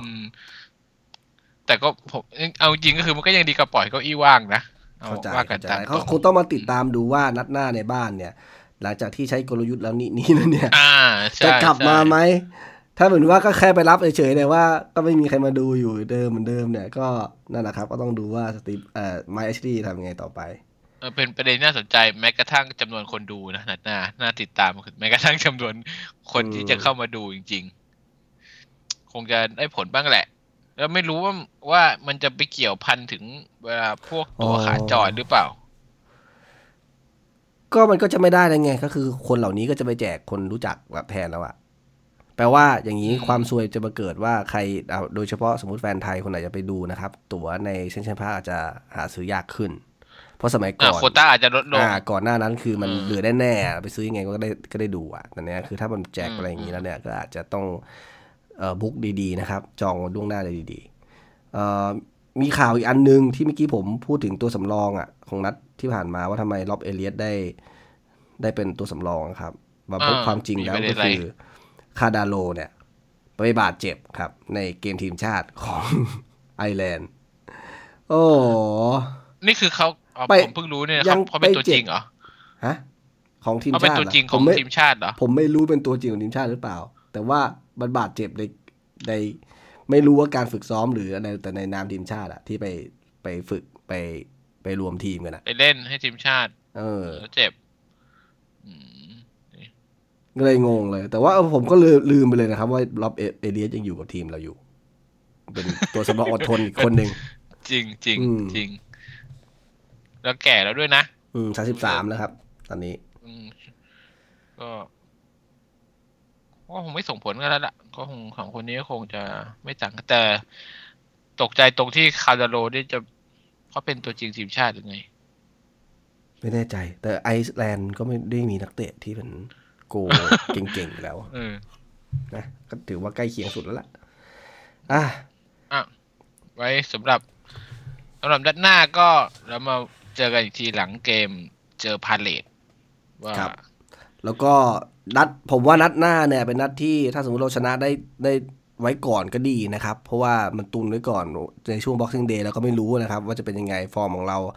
แต่ก็ผมเอาจริงก็คือมันก็ยังดีกว่าปล่อยเก้าอี้ว่างนะเข้าใจเข้าใจเขาคงต้องมาติดตามดูว่านัดหน้าในบ้านเนี่ยหลังจากที่ใช้กลยุทธ์แล้วนี่นี่นั่นเนี่ยจะกลับมาไหมถ้าเหมือนว่าก็แค่ไปรับเฉยๆแต่ว่าก็ไม่มีใครมาดูอยู่เดิมเหมือนเดิมเนี่ยก็นั่นแหละครับก็ต้องดูว่าสตีฟเอ่อไมค์เอชดีทำยังไงต่อไปเออเป็นประเด็นน่าสนใจแม้กระทั่งจำนวนคนดูนะนัดหน้าน่าติดตามแม้กระทั่งจำนวนคนที่จะเข้ามาดูจริงๆคงจะได้ผลบ้างแหละแล้วไม่รู้ว่าว่ามันจะไปเกี่ยวพันถึงเวลาพวกตัวขาจรหรือเปล่าก็มันก็จะไม่ได้แล้วไงก็คือคนเหล่านี้ก็จะไปแจกคนรู้จักแบบแทนแล้วอะแปลว่าอย่างนี้ความซวยจะมาเกิดว่าใครโดยเฉพาะสมมติแฟนไทยคนไหนจะไปดูนะครับตั๋วในเซ็นทรัลพาร์คอาจจะหาซื้อยากขึ้นเพราะสมัยก่อนโควต้าอาจจะลดลงก่อนหน้านั้นคือมันเหลือได้แน่ไปซื้อยังไงก็ได้ก็ได้ดูอ่ะแต่เนี้ยคือถ้ามันแจกอะไรอย่างนี้แล้วเนี่ยก็อาจจะต้องเอ่อบุ๊กดีๆนะครับจองล่วงหน้าเลยดีๆเอ่อมีข่าวอีกอันนึงที่เมื่อกี้ผมพูดถึงตัวสำรองอ่ะของนัดที่ผ่านมาว่าทำไมล็อบเอเลียสได้ได้เป็นตัวสำรองครับมาพบความจริงแล้วก็คือคาดาโลเนี่ยไปบาดเจ็บครับในเกมทีมชาติของไอร์แลนด์โอ้นี่คือเขาผมเพิ่งรู้เนี่ยเขาเป็นตัวจริงเหรอฮะของทีมชาติเขาเป็นตัวจริงของทีมชาติเหรอผมไม่รู้เป็นตัวจริงของทีมชาติหรือเปล่าแต่ว่ามันบาดเจ็บในในไม่รู้ว่าการฝึกซ้อมหรืออะไรแต่ในนามทีมชาติอะที่ไปไปฝึกไปไปรวมทีมกันอะไปเล่นให้ทีมชาติเออเจ็บก็เลยงงเลยแต่ว่าผมก็ลืมไปเลยนะครับว่าล็อบเอเลียสยังอยู่กับทีมเราอยู่เป็นตัวสำรองอดทนอีกคนหนึ่งจริงจริงจริงแล้วแก่แล้วด้วยนะอืมสามสิบสามแล้วครับตอนนี้อืมก็ก็คงไม่ส่งผลกันแล้วล่ะก็คงของคนนี้ก็คงจะไม่ต่างแต่ตกใจตรงที่คาร์ดาโลนี่จะเขาเป็นตัวจริงทีมชาติหรือไงไม่แน่ใจแต่ไอซ์แลนด์ก็ไม่ได้มีนักเตะที่เป็นโกเก่งๆแล้วนะก็ถือว่าใกล้เคียงสุดแล้วล่ะอ่ะอ่ะไว้สำหรับสำหรับนัดหน้าก็เรามาเจอกันอีกทีหลังเกมเจอพาเลทว่าแล้วก็นัดผมว่านัดหน้าเนี่ยเป็นนัดที่ถ้าสมมติเราชนะได้ได้ไว้ก่อนก็ดีนะครับเพราะว่ามันตุนไว้ก่อนในช่วง Boxing Day เราก็ไม่รู้นะครับว่าจะเป็นยังไงฟอร์มของเรา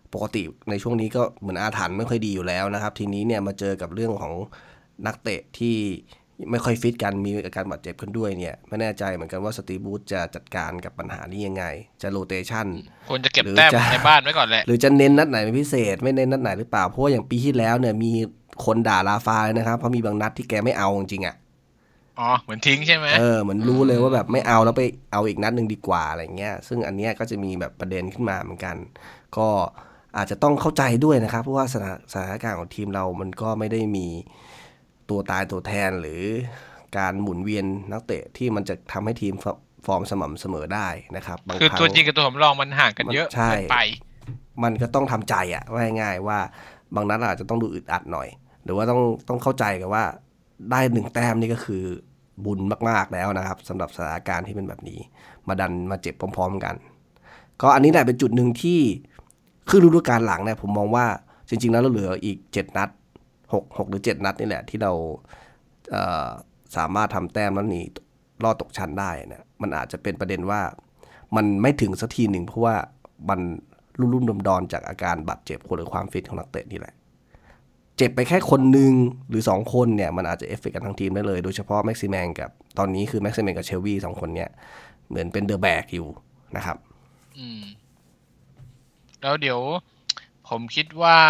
ปกติในช่วงนี้ก็เหมือนอาถรรพ์ไม่ค่อยดีอยู่แล้วนะครับทีนี้เนี่ยมาเจอกับเรื่องของนักเตะที่ไม่ค่อยฟิตกันมีอาการบาดเจ็บขึ้นด้วยเนี่ยไม่แน่ใจเหมือนกันว่าสตีฟบูธจะจัดการกับปัญหานี้ยังไงจะโรเตชันควรจะเก็บแต้มในบ้านไว้ก่อนแหละหรือจะเน้นนัดไหนเป็นพิเศษไม่เน้นนัดไหนหรือเปล่าเพราะว่าอย่างปีที่แล้วเนี่ยมีคนด่าลาฟาเลยนะครับเพราะมีบางนัดที่แกไม่เอาจริงๆอ่ะอ๋อเหมือนทิ้งใช่ไหมเออเหมือนรู้เลยว่าแบบไม่เอาแล้วไปเอาอีกนัดนึงดีกว่าอะไรเงี้ยซึ่งอันเนี้ยก็จะมีแบบประเด็นขึ้นมาเหมือนกันก็อาจจะต้องเข้าใจด้วยนะครับเพราะว่าสถานการณ์ของทีมเรามันก็ไม่ได้มีตัวตายตัวแทนหรือการหมุนเวียนนักเตะที่มันจะทำให้ทีมฟอร์มสม่ำเสมอได้นะครับบางครั้งคือตัวจริงกับตัวสำรองมันห่างกันเยอะไปมันก็ต้องทำใจอ่ะว่าง่ายๆว่าบางนัดอาจจะต้องดูอึดอัดหน่อยหรือว่าต้องต้องเข้าใจกันว่าได้หนึ่งแต้มนี่ก็คือบุญมากๆแล้วนะครับสำหรับสถานการณ์ที่เป็นแบบนี้มาดันมาเจ็บพร้อมๆกันก็อันนี้แหละเป็นจุดหนึ่งที่คือฤดูกาลหลังเนี่ยผมมองว่าจริงๆแล้วเราเหลืออีกเจ็ดนัดหก หกหรือเจ็ดนัดนี่แหละที่เราเอ่อสามารถทำแต้มแล้วหนีรอดตกชั้นได้เนี่ยมันอาจจะเป็นประเด็นว่ามันไม่ถึงสักทีหนึ่งเพราะว่ามันรุ่มๆดอนๆจากอาการบาดเจ็บหรือความฟิตของนักเตะนี่แหละเจ็บไปแค่คนหนึ่งหรือสองคนเนี่ยมันอาจจะเอฟเฟคกับทั้งทีมได้เลยโดยเฉพาะแม็กซิแมนกับตอนนี้คือแม็กซิแมนกับเชลวีสองคนเนี่ยเหมือนเป็นเดอะแบกอยู่นะครับอืมแล้วเดี๋ยวผมคิดว่า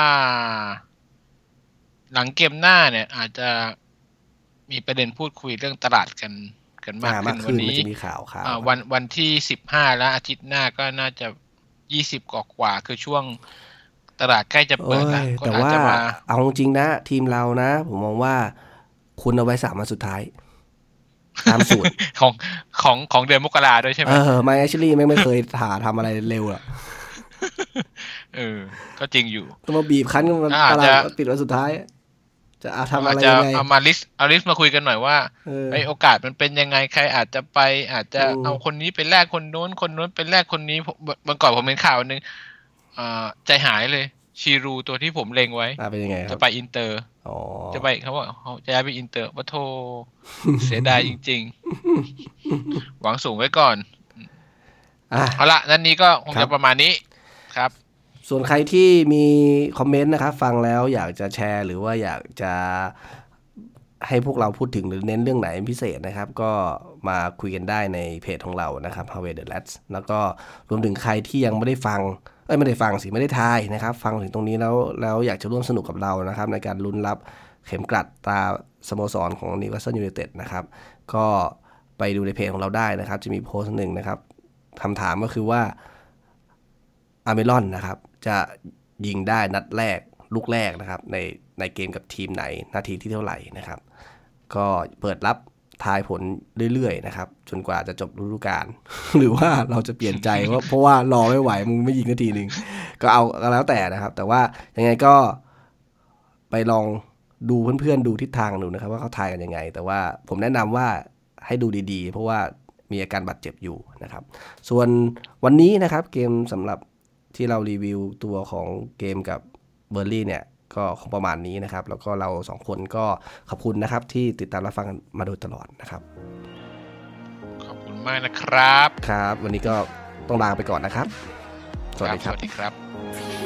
หลังเกมหน้าเนี่ยอาจจะมีประเด็นพูดคุยเรื่องตลาดกันกันมากขึ้นวันนี้จะมีข่าวข่าววันวันที่สิบห้าแล้วอาทิตย์หน้าก็น่าจะยี่สิบกว่าๆคือช่วงตลาดใกล้จะเปิดแล้วแต่ว่าเอาจริงๆนะทีมเรานะผมมองว่าคุณเอาไว้สามวันสุดท้ายตามสูตรของของของเดือนมกราด้วยใช่ไหมเออไมค์แอชลีย์ไม่เคยหาทำอะไรเร็วอ่ะเออก็จริงอยู่ต้องมาบีบคั้นกันตลาดปิดวันสุดท้ายจะเอาทำอะไรยังไงเอามาลิสเอาลิสมาคุยกันหน่อยว่าไอโอกาสมันเป็นยังไงใครอาจจะไปอาจจะเอาคนนี้ไปแลกคนโน้นคนโน้นไปแลกคนนี้เมื่อก่อนผมเห็นข่าวนึงอ่าใจหายเลยชีรูตัวที่ผมเล็งไว้เป็นยังไงครับจะไปอินเตอร์จะไปเขาบอกเขาจะย้ายไปอินเตอร์ว่าโทเสียดายจริงๆหวังสูงไว้ก่อนเอาละนั่นนี้ก็คงจะประมาณนี้ครับส่วนใครที่มีคอมเมนต์นะครับฟังแล้วอยากจะแชร์หรือว่าอยากจะให้พวกเราพูดถึงหรือเน้นเรื่องไหนพิเศษนะครับก็มาคุยกันได้ในเพจของเรานะครับ Harvey the Lads แล้วก็รวมถึงใครที่ยังไม่ได้ฟังเอ้ยไม่ได้ฟังสิไม่ได้ทายนะครับฟังถึงตรงนี้แล้วแล้วอยากจะร่วมสนุกกับเรานะครับในการลุ้นรับเข็มกลัดตาสโมสรของ Newcastle United นะครับก็ไปดูในเพจของเราได้นะครับจะมีโพสต์หนึ่งนะครับคำถามก็คือว่าอาร์เมรอนนะครับจะยิงได้นัดแรกลูกแรกนะครับในในเกมกับทีมไหนนาทีที่เท่าไหร่นะครับก็เปิดรับทายผลเรื่อยๆนะครับจนกว่าจะจบฤดูกาล หรือว่าเราจะเปลี่ยนใจว่าเพราะว่ารอไม่ไหวมึงไม่ยิงนาทีนึงก็เอาก็แล้วแต่นะครับแต่ว่ายังไงก็ไปลองดูเพื่อนๆดูทิศทางดูนะครับว่าเขาทายกันยังไงแต่ว่าผมแนะนำว่าให้ดูดีๆเพราะว่ามีอาการบาดเจ็บอยู่นะครับส่วนวันนี้นะครับเกมสำหรับที่เรารีวิวตัวของเกมกับเบอร์ลี่เนี่ยก็คงประมาณนี้นะครับแล้วก็เราสองคนก็ขอบคุณนะครับที่ติดตามรับฟังมาโดยตลอดนะครับขอบคุณมากนะครับครับวันนี้ก็ต้องลาไปก่อนนะครับสวัสดีครับสวัสดีครับ